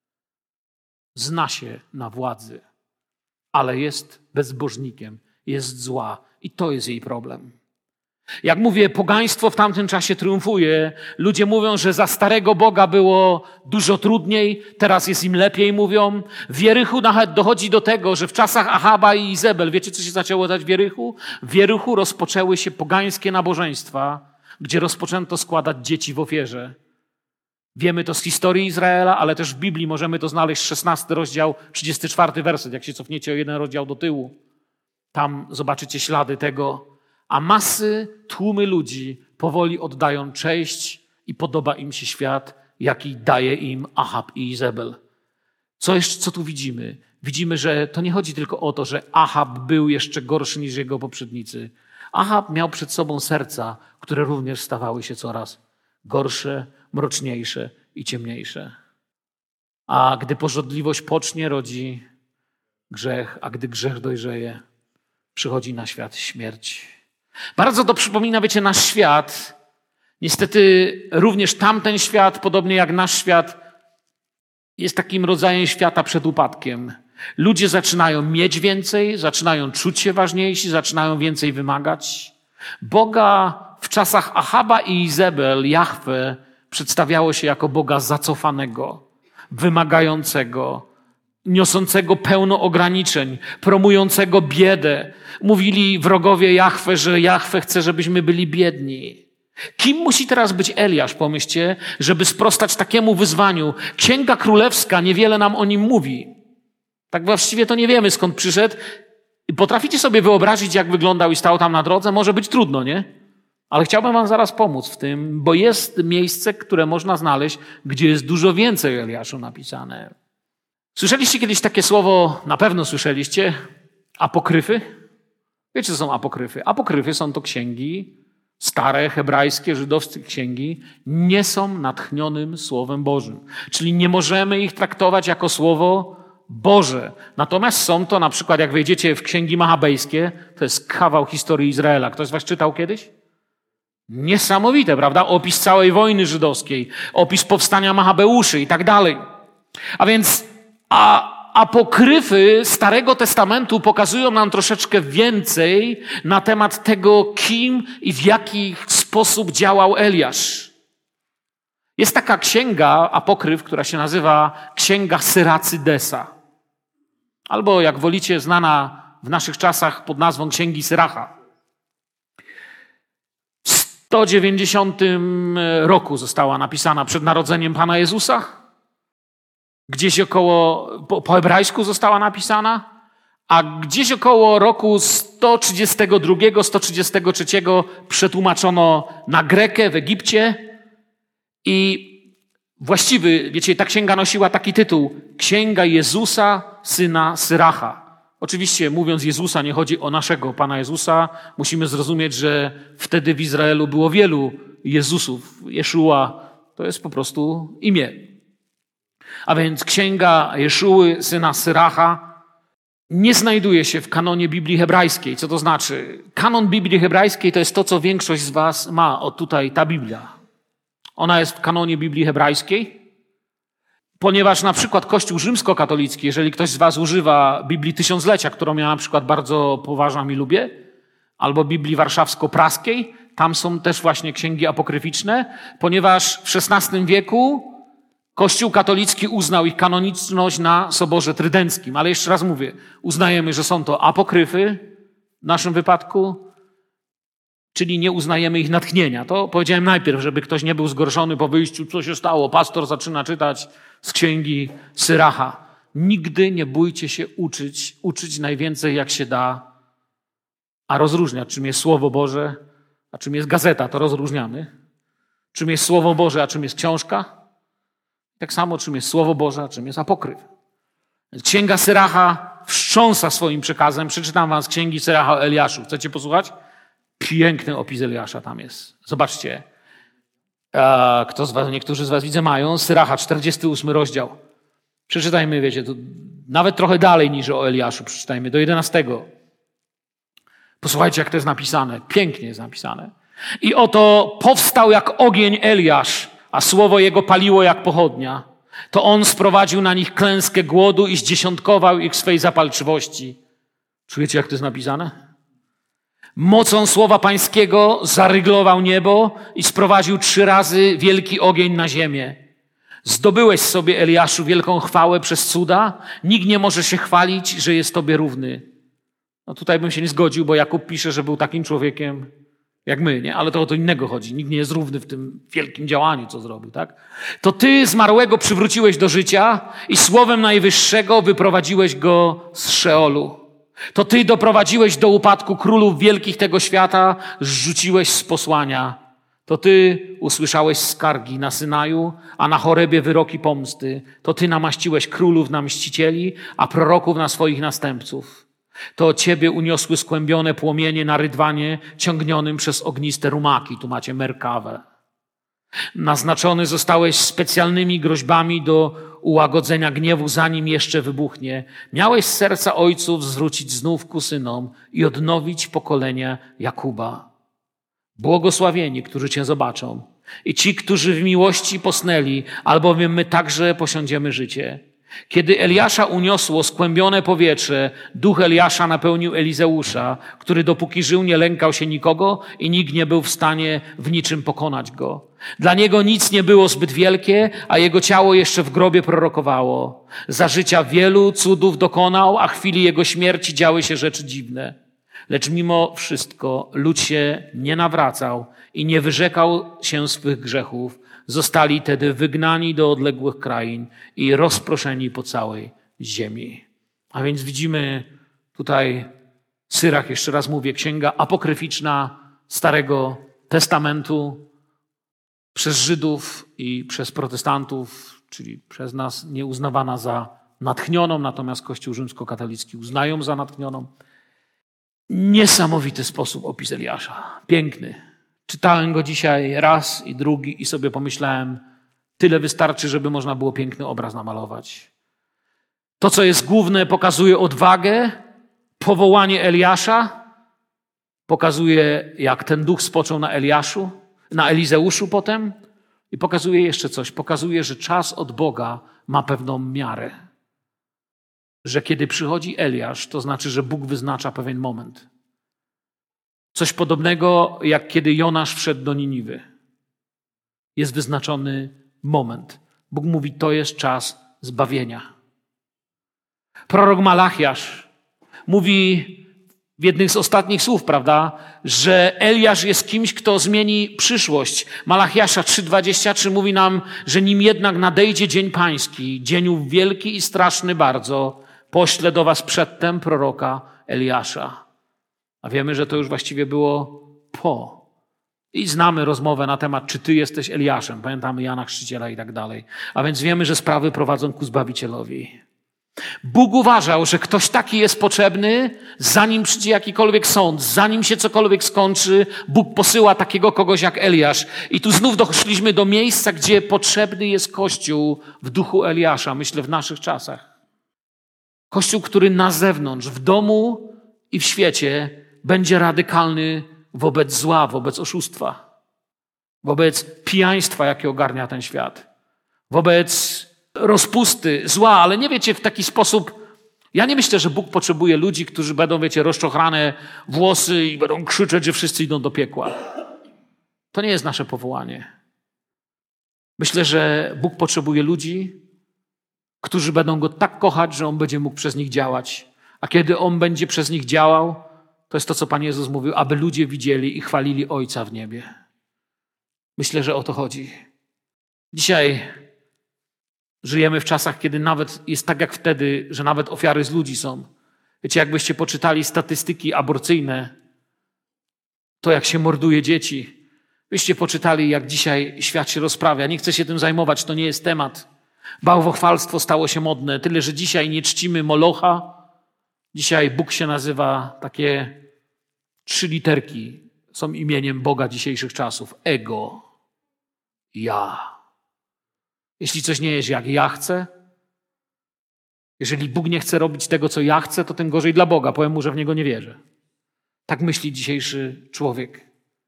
Zna się na władzy, ale jest bezbożnikiem, jest zła i to jest jej problem. Jak mówię, pogaństwo w tamtym czasie triumfuje. Ludzie mówią, że za starego Boga było dużo trudniej, teraz jest im lepiej, mówią. W Jerychu nawet dochodzi do tego, że w czasach Ahaba i Izabel, wiecie, co się zaczęło dać w Jerychu? W Jerychu rozpoczęły się pogańskie nabożeństwa, gdzie rozpoczęto składać dzieci w ofierze. Wiemy to z historii Izraela, ale też w Biblii możemy to znaleźć, 16 rozdział, 34 werset, jak się cofniecie o jeden rozdział do tyłu. Tam zobaczycie ślady tego. a masy, tłumy ludzi powoli oddają cześć i podoba im się świat, jaki daje im Ahab i Izabel. Co tu widzimy? Widzimy, że to nie chodzi tylko o to, że Ahab był jeszcze gorszy niż jego poprzednicy. Ahab miał przed sobą serca, które również stawały się coraz gorsze, mroczniejsze i ciemniejsze. A gdy pożądliwość pocznie, rodzi grzech, a gdy grzech dojrzeje, przychodzi na świat śmierć. Bardzo to przypomina, wiecie, nasz świat. Niestety również tamten świat, podobnie jak nasz świat, jest takim rodzajem świata przed upadkiem. Ludzie zaczynają mieć więcej, zaczynają czuć się ważniejsi, zaczynają więcej wymagać. Boga w czasach Ahaba i Izabel, Jahwe, przedstawiało się jako Boga zacofanego, wymagającego, niosącego pełno ograniczeń, promującego biedę. Mówili wrogowie Jahwe, że Jahwe chce, żebyśmy byli biedni. Kim musi teraz być Eliasz, pomyślcie, żeby sprostać takiemu wyzwaniu? Księga Królewska niewiele nam o nim mówi. Tak właściwie to nie wiemy, skąd przyszedł. Potraficie sobie wyobrazić, jak wyglądał i stał tam na drodze? Może być trudno, nie? Ale chciałbym wam zaraz pomóc w tym, bo jest miejsce, które można znaleźć, gdzie jest dużo więcej o Eliaszu napisane. Słyszeliście kiedyś takie słowo, na pewno słyszeliście, apokryfy? Wiecie, co są apokryfy? Apokryfy są to księgi stare, hebrajskie, żydowskie księgi, nie są natchnionym Słowem Bożym. Czyli nie możemy ich traktować jako Słowo Boże. Natomiast są to na przykład, jak wejdziecie w księgi machabejskie, to jest kawał historii Izraela. Ktoś z was czytał kiedyś? Niesamowite, prawda? Opis całej wojny żydowskiej, opis powstania Machabeuszy i tak dalej. A więc apokryfy Starego Testamentu pokazują nam troszeczkę więcej na temat tego, kim i w jaki sposób działał Eliasz. Jest taka księga, apokryf, która się nazywa Księga Syracydesa. Albo, jak wolicie, znana w naszych czasach pod nazwą Księgi Syracha. W 190 roku została napisana przed narodzeniem Pana Jezusa. Gdzieś po hebrajsku została napisana, a gdzieś około roku 132-133 przetłumaczono na grekę w Egipcie i właściwy, wiecie, ta księga nosiła taki tytuł: Księga Jezusa, syna Syracha. Oczywiście, mówiąc Jezusa, nie chodzi o naszego Pana Jezusa. Musimy zrozumieć, że wtedy w Izraelu było wielu Jezusów. Jeszua to jest po prostu imię. A więc księga Jeszuły, syna Syracha, nie znajduje się w kanonie Biblii hebrajskiej. Co to znaczy? Kanon Biblii hebrajskiej to jest to, co większość z was ma. O, tutaj ta Biblia. Ona jest w kanonie Biblii hebrajskiej, ponieważ na przykład Kościół rzymskokatolicki, jeżeli ktoś z was używa Biblii Tysiąclecia, którą ja na przykład bardzo poważam i lubię, albo Biblii warszawsko-praskiej, tam są też właśnie księgi apokryficzne, ponieważ w XVI wieku Kościół katolicki uznał ich kanoniczność na Soborze Trydenckim. Ale jeszcze raz mówię, uznajemy, że są to apokryfy w naszym wypadku, czyli nie uznajemy ich natchnienia. To powiedziałem najpierw, żeby ktoś nie był zgorszony po wyjściu, co się stało. Pastor zaczyna czytać z księgi Syracha. Nigdy nie bójcie się uczyć najwięcej jak się da, a rozróżniać, czym jest Słowo Boże, a czym jest gazeta, to rozróżniamy. Czym jest Słowo Boże, a czym jest książka. Tak samo, czym jest Słowo Boże, a czym jest apokryf. Księga Syracha wstrząsa swoim przekazem. Przeczytam wam z księgi Syracha o Eliaszu. Chcecie posłuchać? Piękny opis Eliasza tam jest. Zobaczcie. Niektórzy z was widzę mają. Syracha, 48 rozdział. Przeczytajmy, wiecie, to nawet trochę dalej niż o Eliaszu. Przeczytajmy do 11. Posłuchajcie, jak to jest napisane. Pięknie jest napisane. I oto powstał jak ogień Eliasz, a słowo jego paliło jak pochodnia. To on sprowadził na nich klęskę głodu i zdziesiątkował ich swej zapalczywości. Czujecie, jak to jest napisane? Mocą słowa pańskiego zaryglował niebo i sprowadził 3 razy wielki ogień na ziemię. Zdobyłeś sobie, Eliaszu, wielką chwałę przez cuda. Nikt nie może się chwalić, że jest tobie równy. No tutaj bym się nie zgodził, bo Jakub pisze, że był takim człowiekiem jak my, nie? Ale to o to innego chodzi. Nikt nie jest równy w tym wielkim działaniu, co zrobił, tak? To ty zmarłego przywróciłeś do życia i słowem Najwyższego wyprowadziłeś go z Szeolu. To Ty doprowadziłeś do upadku królów wielkich tego świata, zrzuciłeś z posłania. To Ty usłyszałeś skargi na Synaju, a na Chorebie wyroki pomsty. To Ty namaściłeś królów na mścicieli, a proroków na swoich następców. To od Ciebie uniosły skłębione płomienie na rydwanie ciągnionym przez ogniste rumaki. Tu macie Merkawę. Naznaczony zostałeś specjalnymi groźbami do ułagodzenia gniewu, zanim jeszcze wybuchnie. Miałeś z serca ojców zwrócić znów ku synom i odnowić pokolenie Jakuba. Błogosławieni, którzy Cię zobaczą i ci, którzy w miłości posnęli, albowiem my także posiądziemy życie. Kiedy Eliasza uniosło skłębione powietrze, duch Eliasza napełnił Elizeusza, który dopóki żył nie lękał się nikogo i nikt nie był w stanie w niczym pokonać go. Dla niego nic nie było zbyt wielkie, a jego ciało jeszcze w grobie prorokowało. Za życia wielu cudów dokonał, a w chwili jego śmierci działy się rzeczy dziwne. Lecz mimo wszystko lud się nie nawracał i nie wyrzekał się swych grzechów. Zostali tedy wygnani do odległych krain i rozproszeni po całej ziemi. A więc widzimy tutaj Syrach, jeszcze raz mówię, księga apokryficzna Starego Testamentu, przez Żydów i przez protestantów, czyli przez nas nieuznawana za natchnioną, natomiast Kościół rzymskokatolicki uznają za natchnioną. Niesamowity sposób opis Eliasza. Piękny. Czytałem go dzisiaj raz i drugi i sobie pomyślałem, tyle wystarczy, żeby można było piękny obraz namalować. To, co jest główne, pokazuje odwagę, powołanie Eliasza, pokazuje, jak ten duch spoczął na Elizeuszu potem i pokazuje jeszcze coś. Pokazuje, że czas od Boga ma pewną miarę. Że kiedy przychodzi Eliasz, to znaczy, że Bóg wyznacza pewien moment. Coś podobnego, jak kiedy Jonasz wszedł do Niniwy. Jest wyznaczony moment. Bóg mówi, to jest czas zbawienia. Prorok Malachiasz mówi w jednych z ostatnich słów, prawda, że Eliasz jest kimś, kto zmieni przyszłość. Malachiasza 3,23 mówi nam, że nim jednak nadejdzie dzień pański, dzień wielki i straszny bardzo, poślę do was przedtem proroka Eliasza. A wiemy, że to już właściwie było po. I znamy rozmowę na temat, czy ty jesteś Eliaszem. Pamiętamy Jana Chrzciciela i tak dalej. A więc wiemy, że sprawy prowadzą ku Zbawicielowi. Bóg uważał, że ktoś taki jest potrzebny, zanim przyjdzie jakikolwiek sąd, zanim się cokolwiek skończy, Bóg posyła takiego kogoś jak Eliasz. I tu znów doszliśmy do miejsca, gdzie potrzebny jest Kościół w duchu Eliasza, myślę w naszych czasach. Kościół, który na zewnątrz, w domu i w świecie będzie radykalny wobec zła, wobec oszustwa, wobec pijaństwa, jakie ogarnia ten świat, wobec rozpusty, zła, ale nie wiecie w taki sposób. Ja nie myślę, że Bóg potrzebuje ludzi, którzy będą, rozczochrane włosy i będą krzyczeć, że wszyscy idą do piekła. To nie jest nasze powołanie. Myślę, że Bóg potrzebuje ludzi, którzy będą Go tak kochać, że On będzie mógł przez nich działać. A kiedy On będzie przez nich działał, to jest to, co Pan Jezus mówił, aby ludzie widzieli i chwalili Ojca w niebie. Myślę, że o to chodzi. Dzisiaj żyjemy w czasach, kiedy nawet jest tak jak wtedy, że nawet ofiary z ludzi są. Wiecie, jakbyście poczytali statystyki aborcyjne, to jak się morduje dzieci. Byście poczytali, jak dzisiaj świat się rozprawia. Nie chcę się tym zajmować, to nie jest temat. Bałwochwalstwo stało się modne. Tyle, że dzisiaj nie czcimy Molocha. Dzisiaj Bóg się nazywa, takie 3 literki są imieniem Boga dzisiejszych czasów. Ego. Ja. Jeśli coś nie jest jak ja chcę, jeżeli Bóg nie chce robić tego, co ja chcę, to tym gorzej dla Boga. Powiem mu, że w Niego nie wierzę. Tak myśli dzisiejszy człowiek.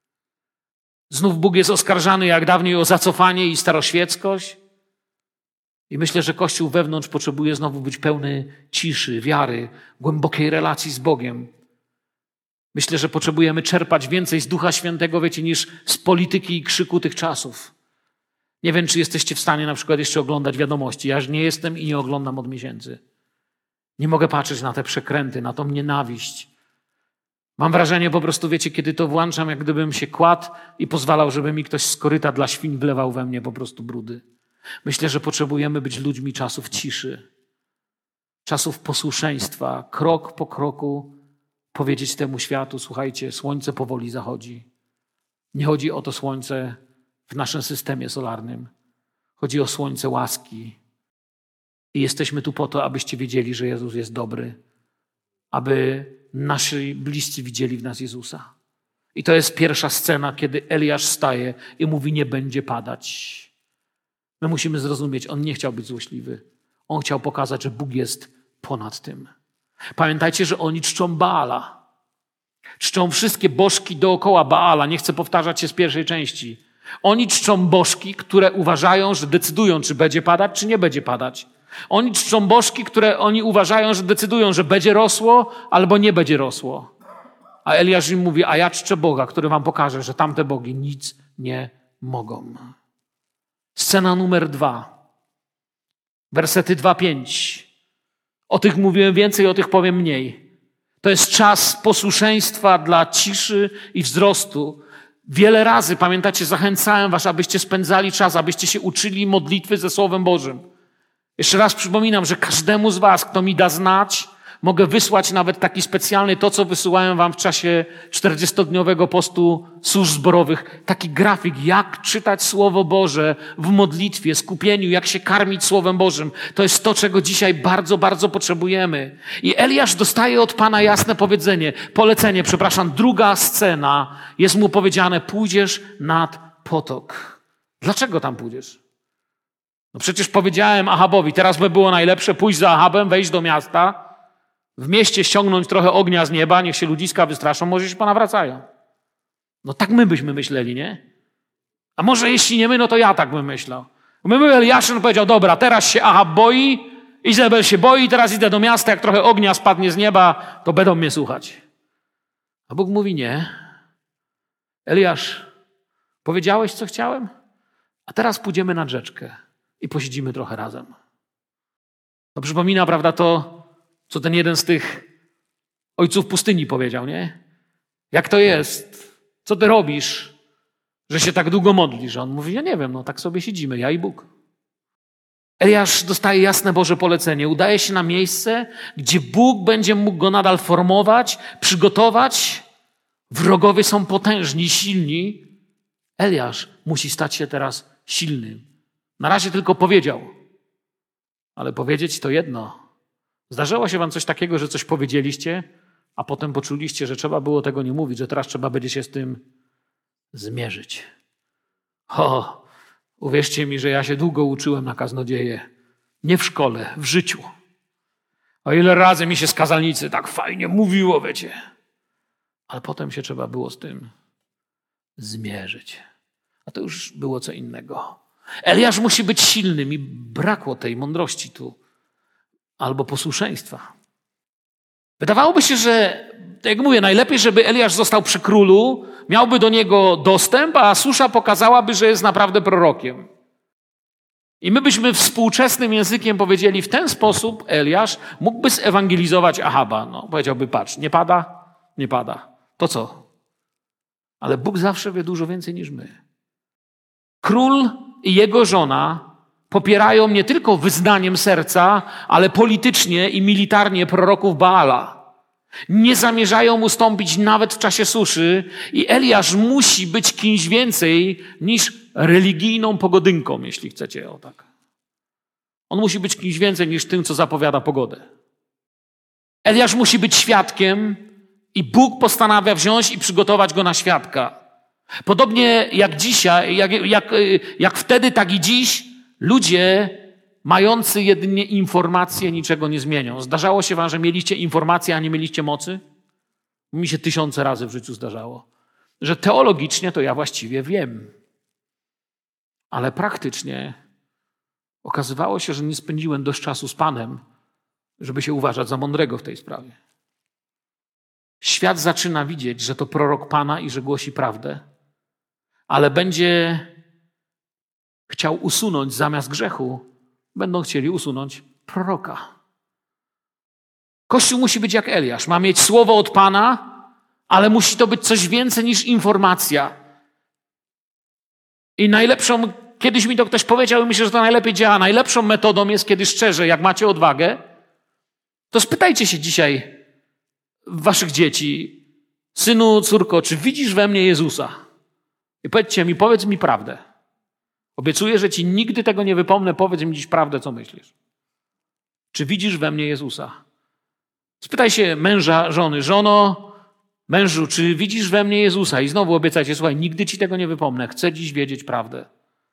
Znów Bóg jest oskarżany jak dawniej o zacofanie i staroświeckość. I myślę, że Kościół wewnątrz potrzebuje znowu być pełny ciszy, wiary, głębokiej relacji z Bogiem. Myślę, że potrzebujemy czerpać więcej z Ducha Świętego, niż z polityki i krzyku tych czasów. Nie wiem, czy jesteście w stanie na przykład jeszcze oglądać wiadomości. Ja już nie jestem i nie oglądam od miesięcy. Nie mogę patrzeć na te przekręty, na tą nienawiść. Mam wrażenie po prostu, kiedy to włączam, jak gdybym się kładł i pozwalał, żeby mi ktoś z koryta dla świń wlewał we mnie po prostu brudy. Myślę, że potrzebujemy być ludźmi czasów ciszy, czasów posłuszeństwa, krok po kroku powiedzieć temu światu, słuchajcie, słońce powoli zachodzi. Nie chodzi o to słońce w naszym systemie solarnym. Chodzi o słońce łaski. I jesteśmy tu po to, abyście wiedzieli, że Jezus jest dobry. Aby nasi bliscy widzieli w nas Jezusa. I to jest pierwsza scena, kiedy Eliasz staje i mówi, nie będzie padać. My musimy zrozumieć, on nie chciał być złośliwy. On chciał pokazać, że Bóg jest ponad tym. Pamiętajcie, że oni czczą Baala. Czczą wszystkie bożki dookoła Baala. Nie chcę powtarzać się z pierwszej części. Oni czczą bożki, które uważają, że decydują, czy będzie padać, czy nie będzie padać. Oni czczą bożki, które oni uważają, że decydują, że będzie rosło, albo nie będzie rosło. A Eliasz im mówi, a ja czczę Boga, który wam pokaże, że tamte bogi nic nie mogą. Scena numer 2. Wersety 2-5. O tych mówiłem więcej, o tych powiem mniej. To jest czas posłuszeństwa dla ciszy i wzrostu. Wiele razy, pamiętacie, zachęcałem was, abyście spędzali czas, abyście się uczyli modlitwy ze Słowem Bożym. Jeszcze raz przypominam, że każdemu z was, kto mi da znać, mogę wysłać nawet taki specjalny, to co wysyłałem wam w czasie 40-dniowego postu służb zborowych, taki grafik, jak czytać Słowo Boże w modlitwie, skupieniu, jak się karmić Słowem Bożym. To jest to, czego dzisiaj bardzo, bardzo potrzebujemy. I Eliasz dostaje od Pana jasne polecenie, druga scena, jest mu powiedziane, pójdziesz nad potok. Dlaczego tam pójdziesz? No przecież powiedziałem Ahabowi, teraz by było najlepsze pójść za Ahabem, wejść do miasta, w mieście ściągnąć trochę ognia z nieba, niech się ludziska wystraszą, może się ponawracają. No tak my byśmy myśleli, nie? A może jeśli nie my, no to ja tak bym myślał. Eliaszyn powiedział, dobra, teraz się Ahab boi, Izabel się boi, teraz idę do miasta, jak trochę ognia spadnie z nieba, to będą mnie słuchać. A Bóg mówi, nie. Eliasz, powiedziałeś, co chciałem? A teraz pójdziemy nad rzeczkę i posiedzimy trochę razem. To przypomina, prawda, to, co ten jeden z tych ojców pustyni powiedział, nie? Jak to jest? Co ty robisz, że się tak długo modlisz? A on mówi, ja nie wiem, no tak sobie siedzimy, ja i Bóg. Eliasz dostaje jasne Boże polecenie. Udaje się na miejsce, gdzie Bóg będzie mógł go nadal formować, przygotować. Wrogowie są potężni, silni. Eliasz musi stać się teraz silnym. Na razie tylko powiedział. Ale powiedzieć to jedno. Zdarzyło się wam coś takiego, że coś powiedzieliście, a potem poczuliście, że trzeba było tego nie mówić, że teraz trzeba będzie się z tym zmierzyć. Uwierzcie mi, że ja się długo uczyłem na kaznodzieję. Nie w szkole, w życiu. O ile razy mi się z kazalnicy tak fajnie mówiło, wiecie. Ale potem się trzeba było z tym zmierzyć. A to już było co innego. Eliasz musi być silnym i brakło tej mądrości tu. Albo posłuszeństwa. Wydawałoby się, że, jak mówię, najlepiej, żeby Eliasz został przy królu, miałby do niego dostęp, a susza pokazałaby, że jest naprawdę prorokiem. I my byśmy współczesnym językiem powiedzieli, w ten sposób Eliasz mógłby zewangelizować Ahaba. No, powiedziałby, patrz, nie pada? Nie pada. To co? Ale Bóg zawsze wie dużo więcej niż my. Król i jego żona popierają nie tylko wyznaniem serca, ale politycznie i militarnie proroków Baala. Nie zamierzają ustąpić nawet w czasie suszy i Eliasz musi być kimś więcej niż religijną pogodynką, jeśli chcecie o tak. On musi być kimś więcej niż tym, co zapowiada pogodę. Eliasz musi być świadkiem i Bóg postanawia wziąć i przygotować go na świadka. Podobnie jak dzisiaj, jak wtedy, tak i dziś, ludzie mający jedynie informacje niczego nie zmienią. Zdarzało się wam, że mieliście informacje, a nie mieliście mocy? Mi się 1000 razy w życiu zdarzało. Że teologicznie to ja właściwie wiem. Ale praktycznie okazywało się, że nie spędziłem dość czasu z Panem, żeby się uważać za mądrego w tej sprawie. Świat zaczyna widzieć, że to prorok Pana i że głosi prawdę, ale będzie chciał usunąć zamiast grzechu, będą chcieli usunąć proroka. Kościół musi być jak Eliasz. Ma mieć słowo od Pana, ale musi to być coś więcej niż informacja. I najlepszą, kiedyś mi to ktoś powiedział i myślę, że to najlepiej działa. Najlepszą metodą jest, kiedy szczerze, jak macie odwagę, to spytajcie się dzisiaj waszych dzieci: synu, córko, czy widzisz we mnie Jezusa? I powiedz mi prawdę. Obiecuję, że ci nigdy tego nie wypomnę. Powiedz mi dziś prawdę, co myślisz. Czy widzisz we mnie Jezusa? Spytaj się męża, żony: żono, mężu, czy widzisz we mnie Jezusa? I znowu obiecajcie: słuchaj, nigdy ci tego nie wypomnę. Chcę dziś wiedzieć prawdę.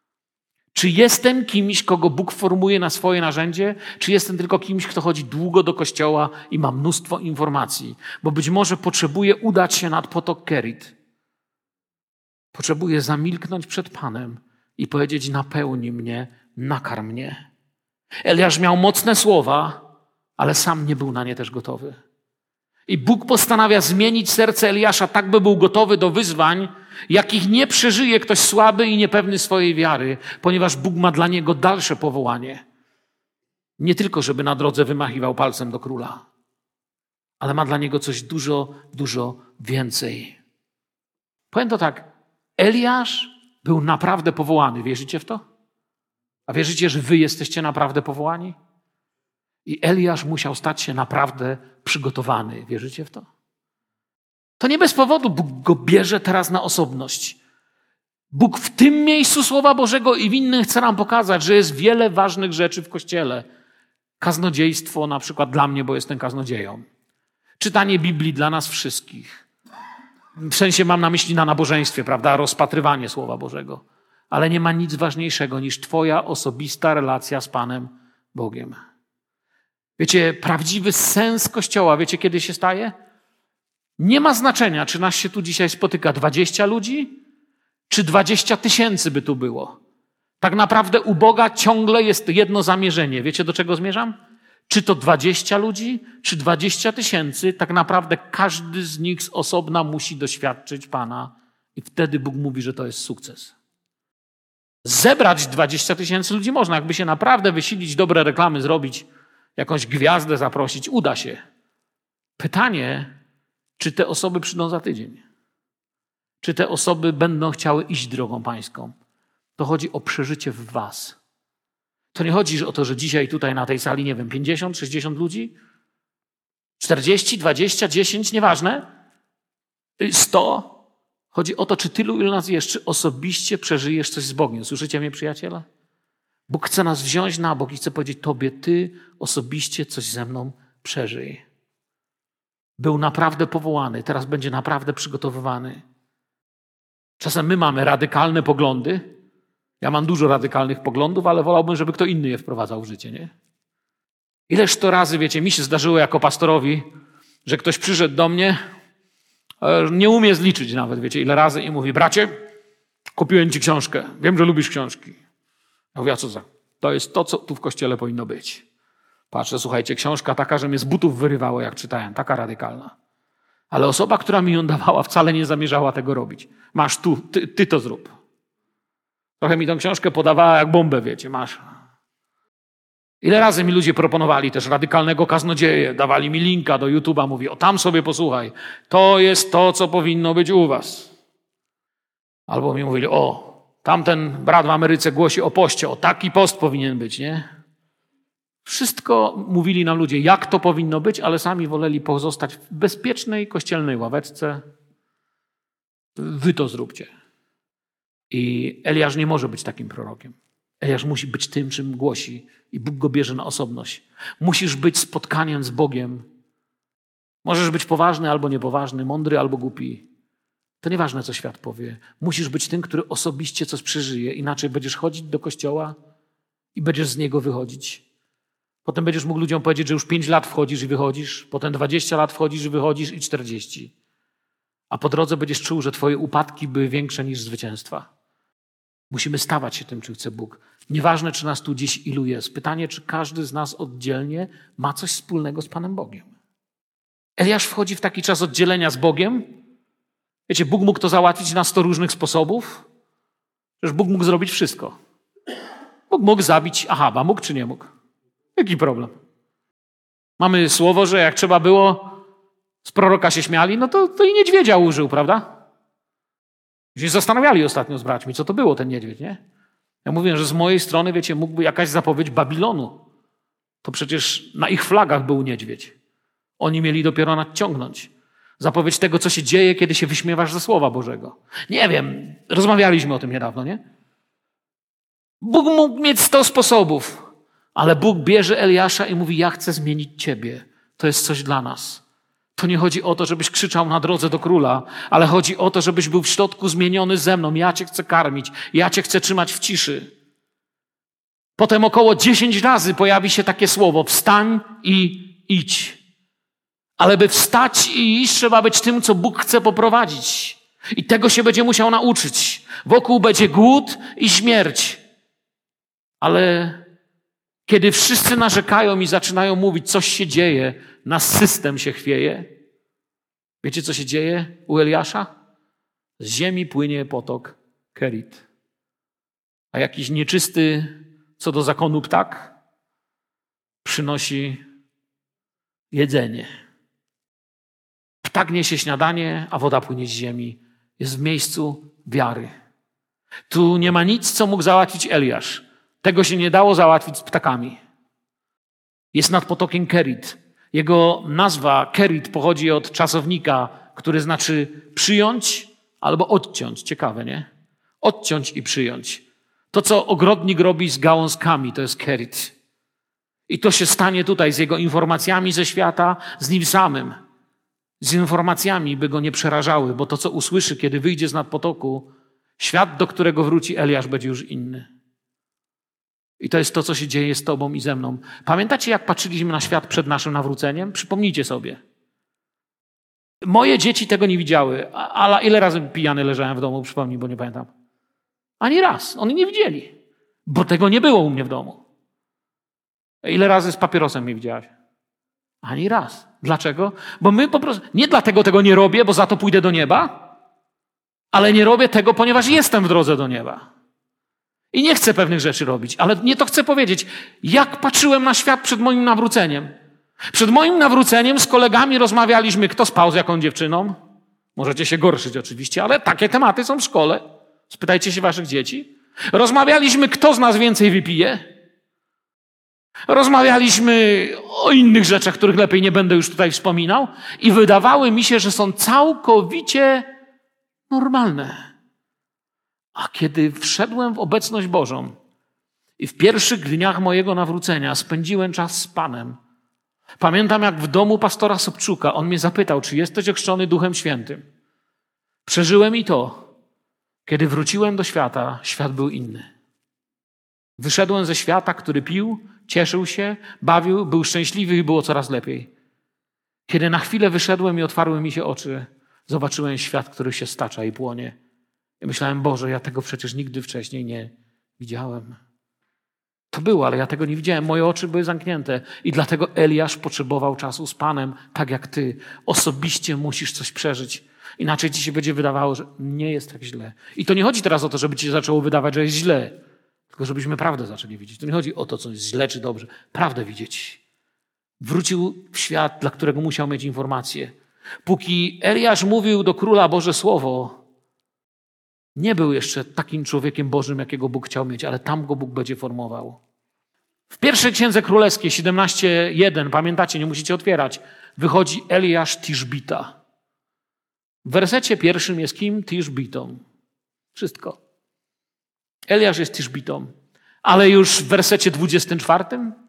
Czy jestem kimś, kogo Bóg formuje na swoje narzędzie? Czy jestem tylko kimś, kto chodzi długo do kościoła i ma mnóstwo informacji? Bo być może potrzebuję udać się nad potok Kerit. Potrzebuję zamilknąć przed Panem i powiedzieć: napełnij mnie, nakarm mnie. Eliasz miał mocne słowa, ale sam nie był na nie też gotowy. I Bóg postanawia zmienić serce Eliasza tak, by był gotowy do wyzwań, jakich nie przeżyje ktoś słaby i niepewny swojej wiary, ponieważ Bóg ma dla niego dalsze powołanie. Nie tylko, żeby na drodze wymachiwał palcem do króla, ale ma dla niego coś dużo, dużo więcej. Powiem to tak: Eliasz był naprawdę powołany. Wierzycie w to? A wierzycie, że wy jesteście naprawdę powołani? I Eliasz musiał stać się naprawdę przygotowany. Wierzycie w to? To nie bez powodu Bóg go bierze teraz na osobność. Bóg w tym miejscu Słowa Bożego i w innych chce nam pokazać, że jest wiele ważnych rzeczy w Kościele. Kaznodziejstwo na przykład dla mnie, bo jestem kaznodzieją. Czytanie Biblii dla nas wszystkich. W sensie mam na myśli na nabożeństwie, prawda? Rozpatrywanie Słowa Bożego. Ale nie ma nic ważniejszego niż twoja osobista relacja z Panem Bogiem. Wiecie, prawdziwy sens Kościoła, wiecie kiedy się staje? Nie ma znaczenia, czy nas się tu dzisiaj spotyka 20 ludzi, czy 20 000 by tu było. Tak naprawdę u Boga ciągle jest jedno zamierzenie. Wiecie, do czego zmierzam? Czy to 20 ludzi, czy 20 000, tak naprawdę każdy z nich z osobna musi doświadczyć Pana i wtedy Bóg mówi, że to jest sukces. Zebrać 20 000 ludzi można, jakby się naprawdę wysilić, dobre reklamy zrobić, jakąś gwiazdę zaprosić, uda się. Pytanie, czy te osoby przyjdą za tydzień? Czy te osoby będą chciały iść drogą pańską? To chodzi o przeżycie w was. To nie chodzi o to, że dzisiaj tutaj na tej sali, nie wiem, 50, 60 ludzi? 40, 20, 10, nieważne. 100. Chodzi o to, czy tylu, ilu nas jest, czy osobiście przeżyjesz coś z Bogiem. Słyszycie mnie, przyjaciele? Bóg chce nas wziąć na bok i chce powiedzieć tobie: ty osobiście coś ze mną przeżyj. Był naprawdę powołany, teraz będzie naprawdę przygotowywany. Czasem my mamy radykalne poglądy. Ja mam dużo radykalnych poglądów, ale wolałbym, żeby kto inny je wprowadzał w życie, nie? Ileż to razy, wiecie, mi się zdarzyło jako pastorowi, że ktoś przyszedł do mnie, nie umie zliczyć nawet, wiecie, ile razy, i mówi: bracie, kupiłem ci książkę, wiem, że lubisz książki. Ja mówię: a co za? To jest to, co tu w kościele powinno być. Patrzę, słuchajcie, książka taka, że mnie z butów wyrywało, jak czytałem, taka radykalna. Ale osoba, która mi ją dawała, wcale nie zamierzała tego robić. Masz tu, ty to zrób. Trochę mi tą książkę podawała jak bombę, wiecie, masz. Ile razy mi ludzie proponowali też radykalnego kaznodzieję, dawali mi linka do YouTube'a, mówi: o tam sobie posłuchaj, to jest to, co powinno być u was. Albo mi mówili: o, tamten brat w Ameryce głosi o poście, o taki post powinien być, nie? Wszystko mówili nam ludzie, jak to powinno być, ale sami woleli pozostać w bezpiecznej kościelnej ławeczce. Wy to zróbcie. I Eliasz nie może być takim prorokiem. Eliasz musi być tym, czym głosi, i Bóg go bierze na osobność. Musisz być spotkaniem z Bogiem. Możesz być poważny albo niepoważny, mądry albo głupi. To nieważne, co świat powie. Musisz być tym, który osobiście coś przeżyje. Inaczej będziesz chodzić do kościoła i będziesz z niego wychodzić. Potem będziesz mógł ludziom powiedzieć, że już 5 lat wchodzisz i wychodzisz. Potem 20 lat wchodzisz i wychodzisz i 40. A po drodze będziesz czuł, że twoje upadki były większe niż zwycięstwa. Musimy stawać się tym, czym chce Bóg. Nieważne, czy nas tu dziś ilu jest. Pytanie, czy każdy z nas oddzielnie ma coś wspólnego z Panem Bogiem. Eliasz wchodzi w taki czas oddzielenia z Bogiem. Wiecie, Bóg mógł to załatwić na 100 różnych sposobów. Przecież Bóg mógł zrobić wszystko. Bóg mógł zabić Ahaba. Mógł czy nie mógł? Jaki problem? Mamy słowo, że jak trzeba było, z proroka się śmiali, no to i niedźwiedzia użył, prawda? Się zastanawiali ostatnio z braćmi, co to było ten niedźwiedź, nie? Ja mówię, że z mojej strony, wiecie, mógłby jakaś zapowiedź Babilonu. To przecież na ich flagach był niedźwiedź. Oni mieli dopiero nadciągnąć. Zapowiedź tego, co się dzieje, kiedy się wyśmiewasz ze Słowa Bożego. Nie wiem, rozmawialiśmy o tym niedawno, nie? Bóg mógł mieć 100 sposobów, ale Bóg bierze Eliasza i mówi, ja chcę zmienić ciebie. To jest coś dla nas. To nie chodzi o to, żebyś krzyczał na drodze do króla, ale chodzi o to, żebyś był w środku zmieniony ze mną. Ja cię chcę karmić, ja cię chcę trzymać w ciszy. Potem około 10 razy pojawi się takie słowo, wstań i idź. Ale by wstać i iść, trzeba być tym, co Bóg chce poprowadzić. I tego się będzie musiał nauczyć. Wokół będzie głód i śmierć. Ale kiedy wszyscy narzekają i zaczynają mówić, coś się dzieje, nasz system się chwieje. Wiecie, co się dzieje u Eliasza? Z ziemi płynie potok Kerit. A jakiś nieczysty co do zakonu ptak przynosi jedzenie. Ptak niesie śniadanie, a woda płynie z ziemi. Jest w miejscu wiary. Tu nie ma nic, co mógł załatwić Eliasz. Tego się nie dało załatwić z ptakami. Jest nad potokiem Kerit. Jego nazwa Kerit pochodzi od czasownika, który znaczy przyjąć albo odciąć. Ciekawe, nie? Odciąć i przyjąć. To, co ogrodnik robi z gałązkami, to jest Kerit. I to się stanie tutaj z jego informacjami ze świata, z nim samym. Z informacjami, by go nie przerażały, bo to, co usłyszy, kiedy wyjdzie z nad potoku, świat, do którego wróci Eliasz, będzie już inny. I to jest to, co się dzieje z tobą i ze mną. Pamiętacie, jak patrzyliśmy na świat przed naszym nawróceniem? Przypomnijcie sobie. Moje dzieci tego nie widziały. Ale ile razy pijany leżałem w domu? Przypomnij, bo nie pamiętam. Ani raz. Oni nie widzieli. Bo tego nie było u mnie w domu. Ile razy z papierosem mnie widziałaś? Ani raz. Dlaczego? Bo my po prostu... Nie dlatego tego nie robię, bo za to pójdę do nieba, ale nie robię tego, ponieważ jestem w drodze do nieba. I nie chcę pewnych rzeczy robić, ale nie to chcę powiedzieć. Jak patrzyłem na świat przed moim nawróceniem? Przed moim nawróceniem z kolegami rozmawialiśmy, kto spał z jaką dziewczyną. Możecie się gorszyć oczywiście, ale takie tematy są w szkole. Spytajcie się waszych dzieci. Rozmawialiśmy, kto z nas więcej wypije. Rozmawialiśmy o innych rzeczach, których lepiej nie będę już tutaj wspominał. I wydawały mi się, że są całkowicie normalne. A kiedy wszedłem w obecność Bożą i w pierwszych dniach mojego nawrócenia spędziłem czas z Panem, pamiętam jak w domu pastora Sobczuka on mnie zapytał, czy jesteś ochrzczony Duchem Świętym. Przeżyłem i to. Kiedy wróciłem do świata, świat był inny. Wyszedłem ze świata, który pił, cieszył się, bawił, był szczęśliwy i było coraz lepiej. Kiedy na chwilę wyszedłem i otwarły mi się oczy, zobaczyłem świat, który się stacza i płonie. I myślałem, Boże, ja tego przecież nigdy wcześniej nie widziałem. To było, ale ja tego nie widziałem. Moje oczy były zamknięte. I dlatego Eliasz potrzebował czasu z Panem, tak jak ty. Osobiście musisz coś przeżyć. Inaczej ci się będzie wydawało, że nie jest tak źle. I to nie chodzi teraz o to, żeby ci się zaczęło wydawać, że jest źle. Tylko żebyśmy prawdę zaczęli widzieć. To nie chodzi o to, co jest źle czy dobrze. Prawdę widzieć. Wrócił w świat, dla którego musiał mieć informacje. Póki Eliasz mówił do króla Boże Słowo, nie był jeszcze takim człowiekiem Bożym, jakiego Bóg chciał mieć, ale tam go Bóg będzie formował. W pierwszej Księdze Królewskiej 17:1, pamiętacie, nie musicie otwierać, wychodzi Eliasz Tiszbita. W wersecie pierwszym jest kim? Tiszbitą. Wszystko. Eliasz jest Tiszbitą. Ale już w wersecie 24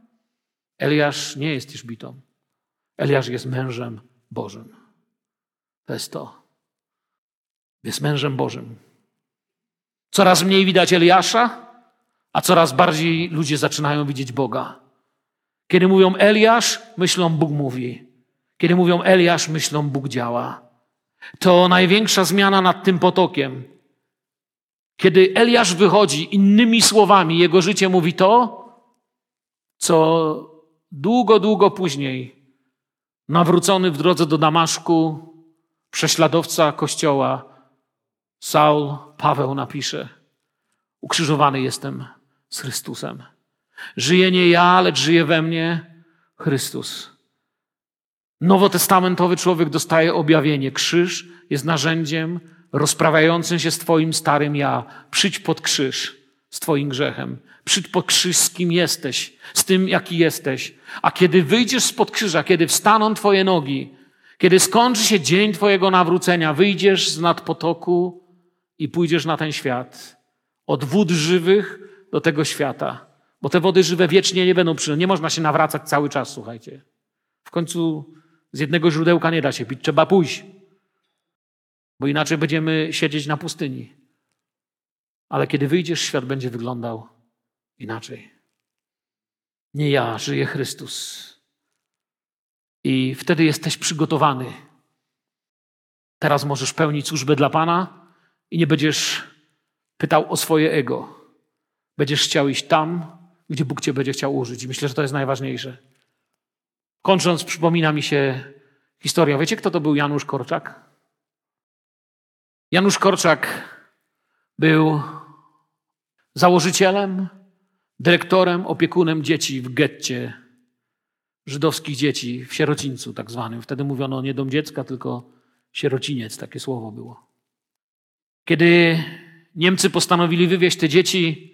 Eliasz nie jest Tiszbitą. Eliasz jest mężem Bożym. To jest to. Jest mężem Bożym. Coraz mniej widać Eliasza, a coraz bardziej ludzie zaczynają widzieć Boga. Kiedy mówią Eliasz, myślą Bóg mówi. Kiedy mówią Eliasz, myślą Bóg działa. To największa zmiana nad tym potokiem. Kiedy Eliasz wychodzi, innymi słowami, jego życie mówi to, co długo, długo później nawrócony w drodze do Damaszku prześladowca Kościoła Saul, Paweł napisze: ukrzyżowany jestem z Chrystusem. Żyję nie ja, lecz żyje we mnie Chrystus. Nowotestamentowy człowiek dostaje objawienie. Krzyż jest narzędziem rozprawiającym się z twoim starym ja. Przyjdź pod krzyż. z twoim grzechem. Przyjdź pod krzyż, z kim jesteś, z tym, jaki jesteś. A kiedy wyjdziesz spod krzyża, kiedy wstaną twoje nogi, kiedy skończy się dzień twojego nawrócenia, wyjdziesz z nad potoku i pójdziesz na ten świat. Od wód żywych do tego świata. Bo te wody żywe wiecznie nie będą przynosić. Nie można się nawracać cały czas, słuchajcie. W końcu z jednego źródełka nie da się pić. Trzeba pójść. Bo inaczej będziemy siedzieć na pustyni. Ale kiedy wyjdziesz, świat będzie wyglądał inaczej. Nie ja, żyje Chrystus. I wtedy jesteś przygotowany. Teraz możesz pełnić służbę dla Pana i nie będziesz pytał o swoje ego. Będziesz chciał iść tam, gdzie Bóg cię będzie chciał użyć. I myślę, że to jest najważniejsze. Kończąc, przypomina mi się historia. Wiecie, kto to był Janusz Korczak? Janusz Korczak był założycielem, dyrektorem, opiekunem dzieci w getcie, żydowskich dzieci w sierocińcu tak zwanym. Wtedy mówiono nie dom dziecka, tylko sierociniec, takie słowo było. Kiedy Niemcy postanowili wywieźć te dzieci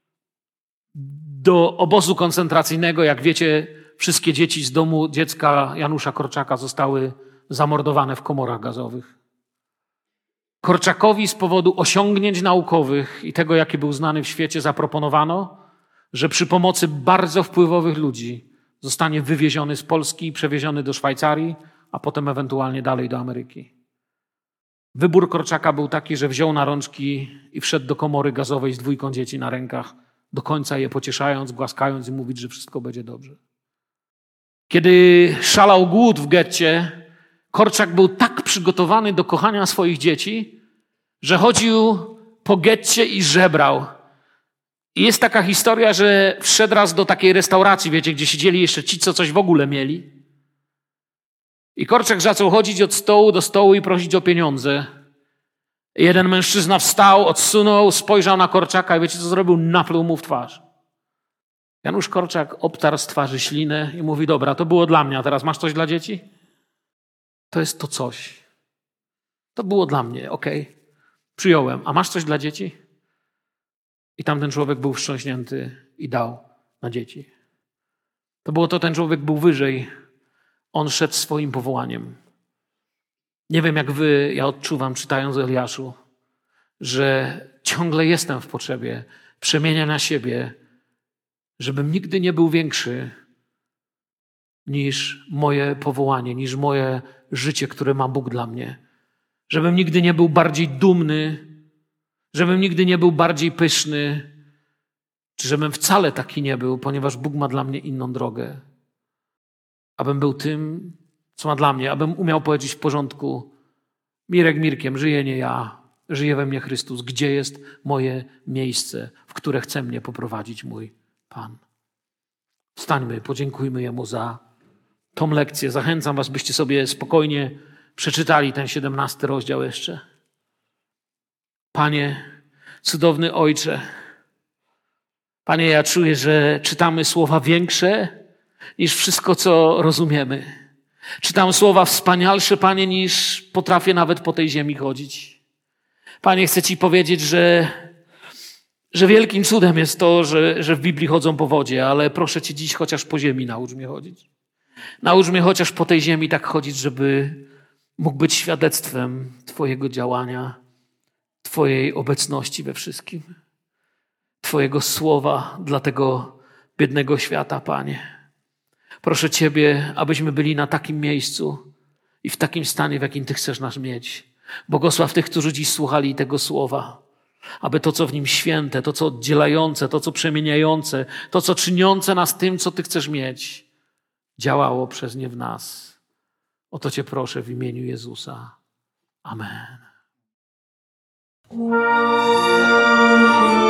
do obozu koncentracyjnego, jak wiecie, wszystkie dzieci z domu dziecka Janusza Korczaka zostały zamordowane w komorach gazowych. Korczakowi z powodu osiągnięć naukowych i tego, jaki był znany w świecie, zaproponowano, że przy pomocy bardzo wpływowych ludzi zostanie wywieziony z Polski i przewieziony do Szwajcarii, a potem ewentualnie dalej do Ameryki. Wybór Korczaka był taki, że wziął na rączki i wszedł do komory gazowej z 2 dzieci na rękach, do końca je pocieszając, głaskając i mówić, że wszystko będzie dobrze. Kiedy szalał głód w getcie, Korczak był tak przygotowany do kochania swoich dzieci, że chodził po getcie i żebrał. I jest taka historia, że wszedł raz do takiej restauracji, wiecie, gdzie siedzieli jeszcze ci, co coś w ogóle mieli. I Korczak zaczął chodzić od stołu do stołu i prosić o pieniądze. Jeden mężczyzna wstał, odsunął, spojrzał na Korczaka i wiecie, co zrobił? Napluł mu w twarz. Janusz Korczak obtarł z twarzy ślinę i mówi, dobra, to było dla mnie, a teraz masz coś dla dzieci? To jest to coś. To było dla mnie, okej. Przyjąłem. A masz coś dla dzieci? I tamten człowiek był wstrząśnięty i dał na dzieci. To było to, ten człowiek był wyżej. On szedł swoim powołaniem. Nie wiem jak wy, ja odczuwam, czytając o Eliaszu, że ciągle jestem w potrzebie przemieniania siebie, żebym nigdy nie był większy niż moje powołanie, niż moje życie, które ma Bóg dla mnie. Żebym nigdy nie był bardziej dumny, żebym nigdy nie był bardziej pyszny, czy żebym wcale taki nie był, ponieważ Bóg ma dla mnie inną drogę. Abym był tym, co ma dla mnie, abym umiał powiedzieć w porządku, Mirek Mirkiem, żyję nie ja, żyje we mnie Chrystus. Gdzie jest moje miejsce, w które chce mnie poprowadzić mój Pan? Wstańmy, podziękujmy Jemu za tą lekcję. Zachęcam was, byście sobie spokojnie przeczytali ten 17 rozdział jeszcze. Panie, cudowny Ojcze, Panie, ja czuję, że czytamy słowa większe niż wszystko, co rozumiemy. Czytam słowa wspanialsze, Panie, niż potrafię nawet po tej ziemi chodzić. Panie, chcę Ci powiedzieć, że wielkim cudem jest to, że w Biblii chodzą po wodzie, ale proszę Cię dziś chociaż po ziemi naucz mnie chodzić. Naucz mnie chociaż po tej ziemi tak chodzić, żeby mógł być świadectwem Twojego działania, Twojej obecności we wszystkim. Twojego słowa dla tego biednego świata, Panie. Proszę Ciebie, abyśmy byli na takim miejscu i w takim stanie, w jakim Ty chcesz nas mieć. Błogosław tych, którzy dziś słuchali tego słowa, aby to, co w nim święte, to, co oddzielające, to, co przemieniające, to, co czyniące nas tym, co Ty chcesz mieć, działało przez nie w nas. O to Cię proszę w imieniu Jezusa. Amen.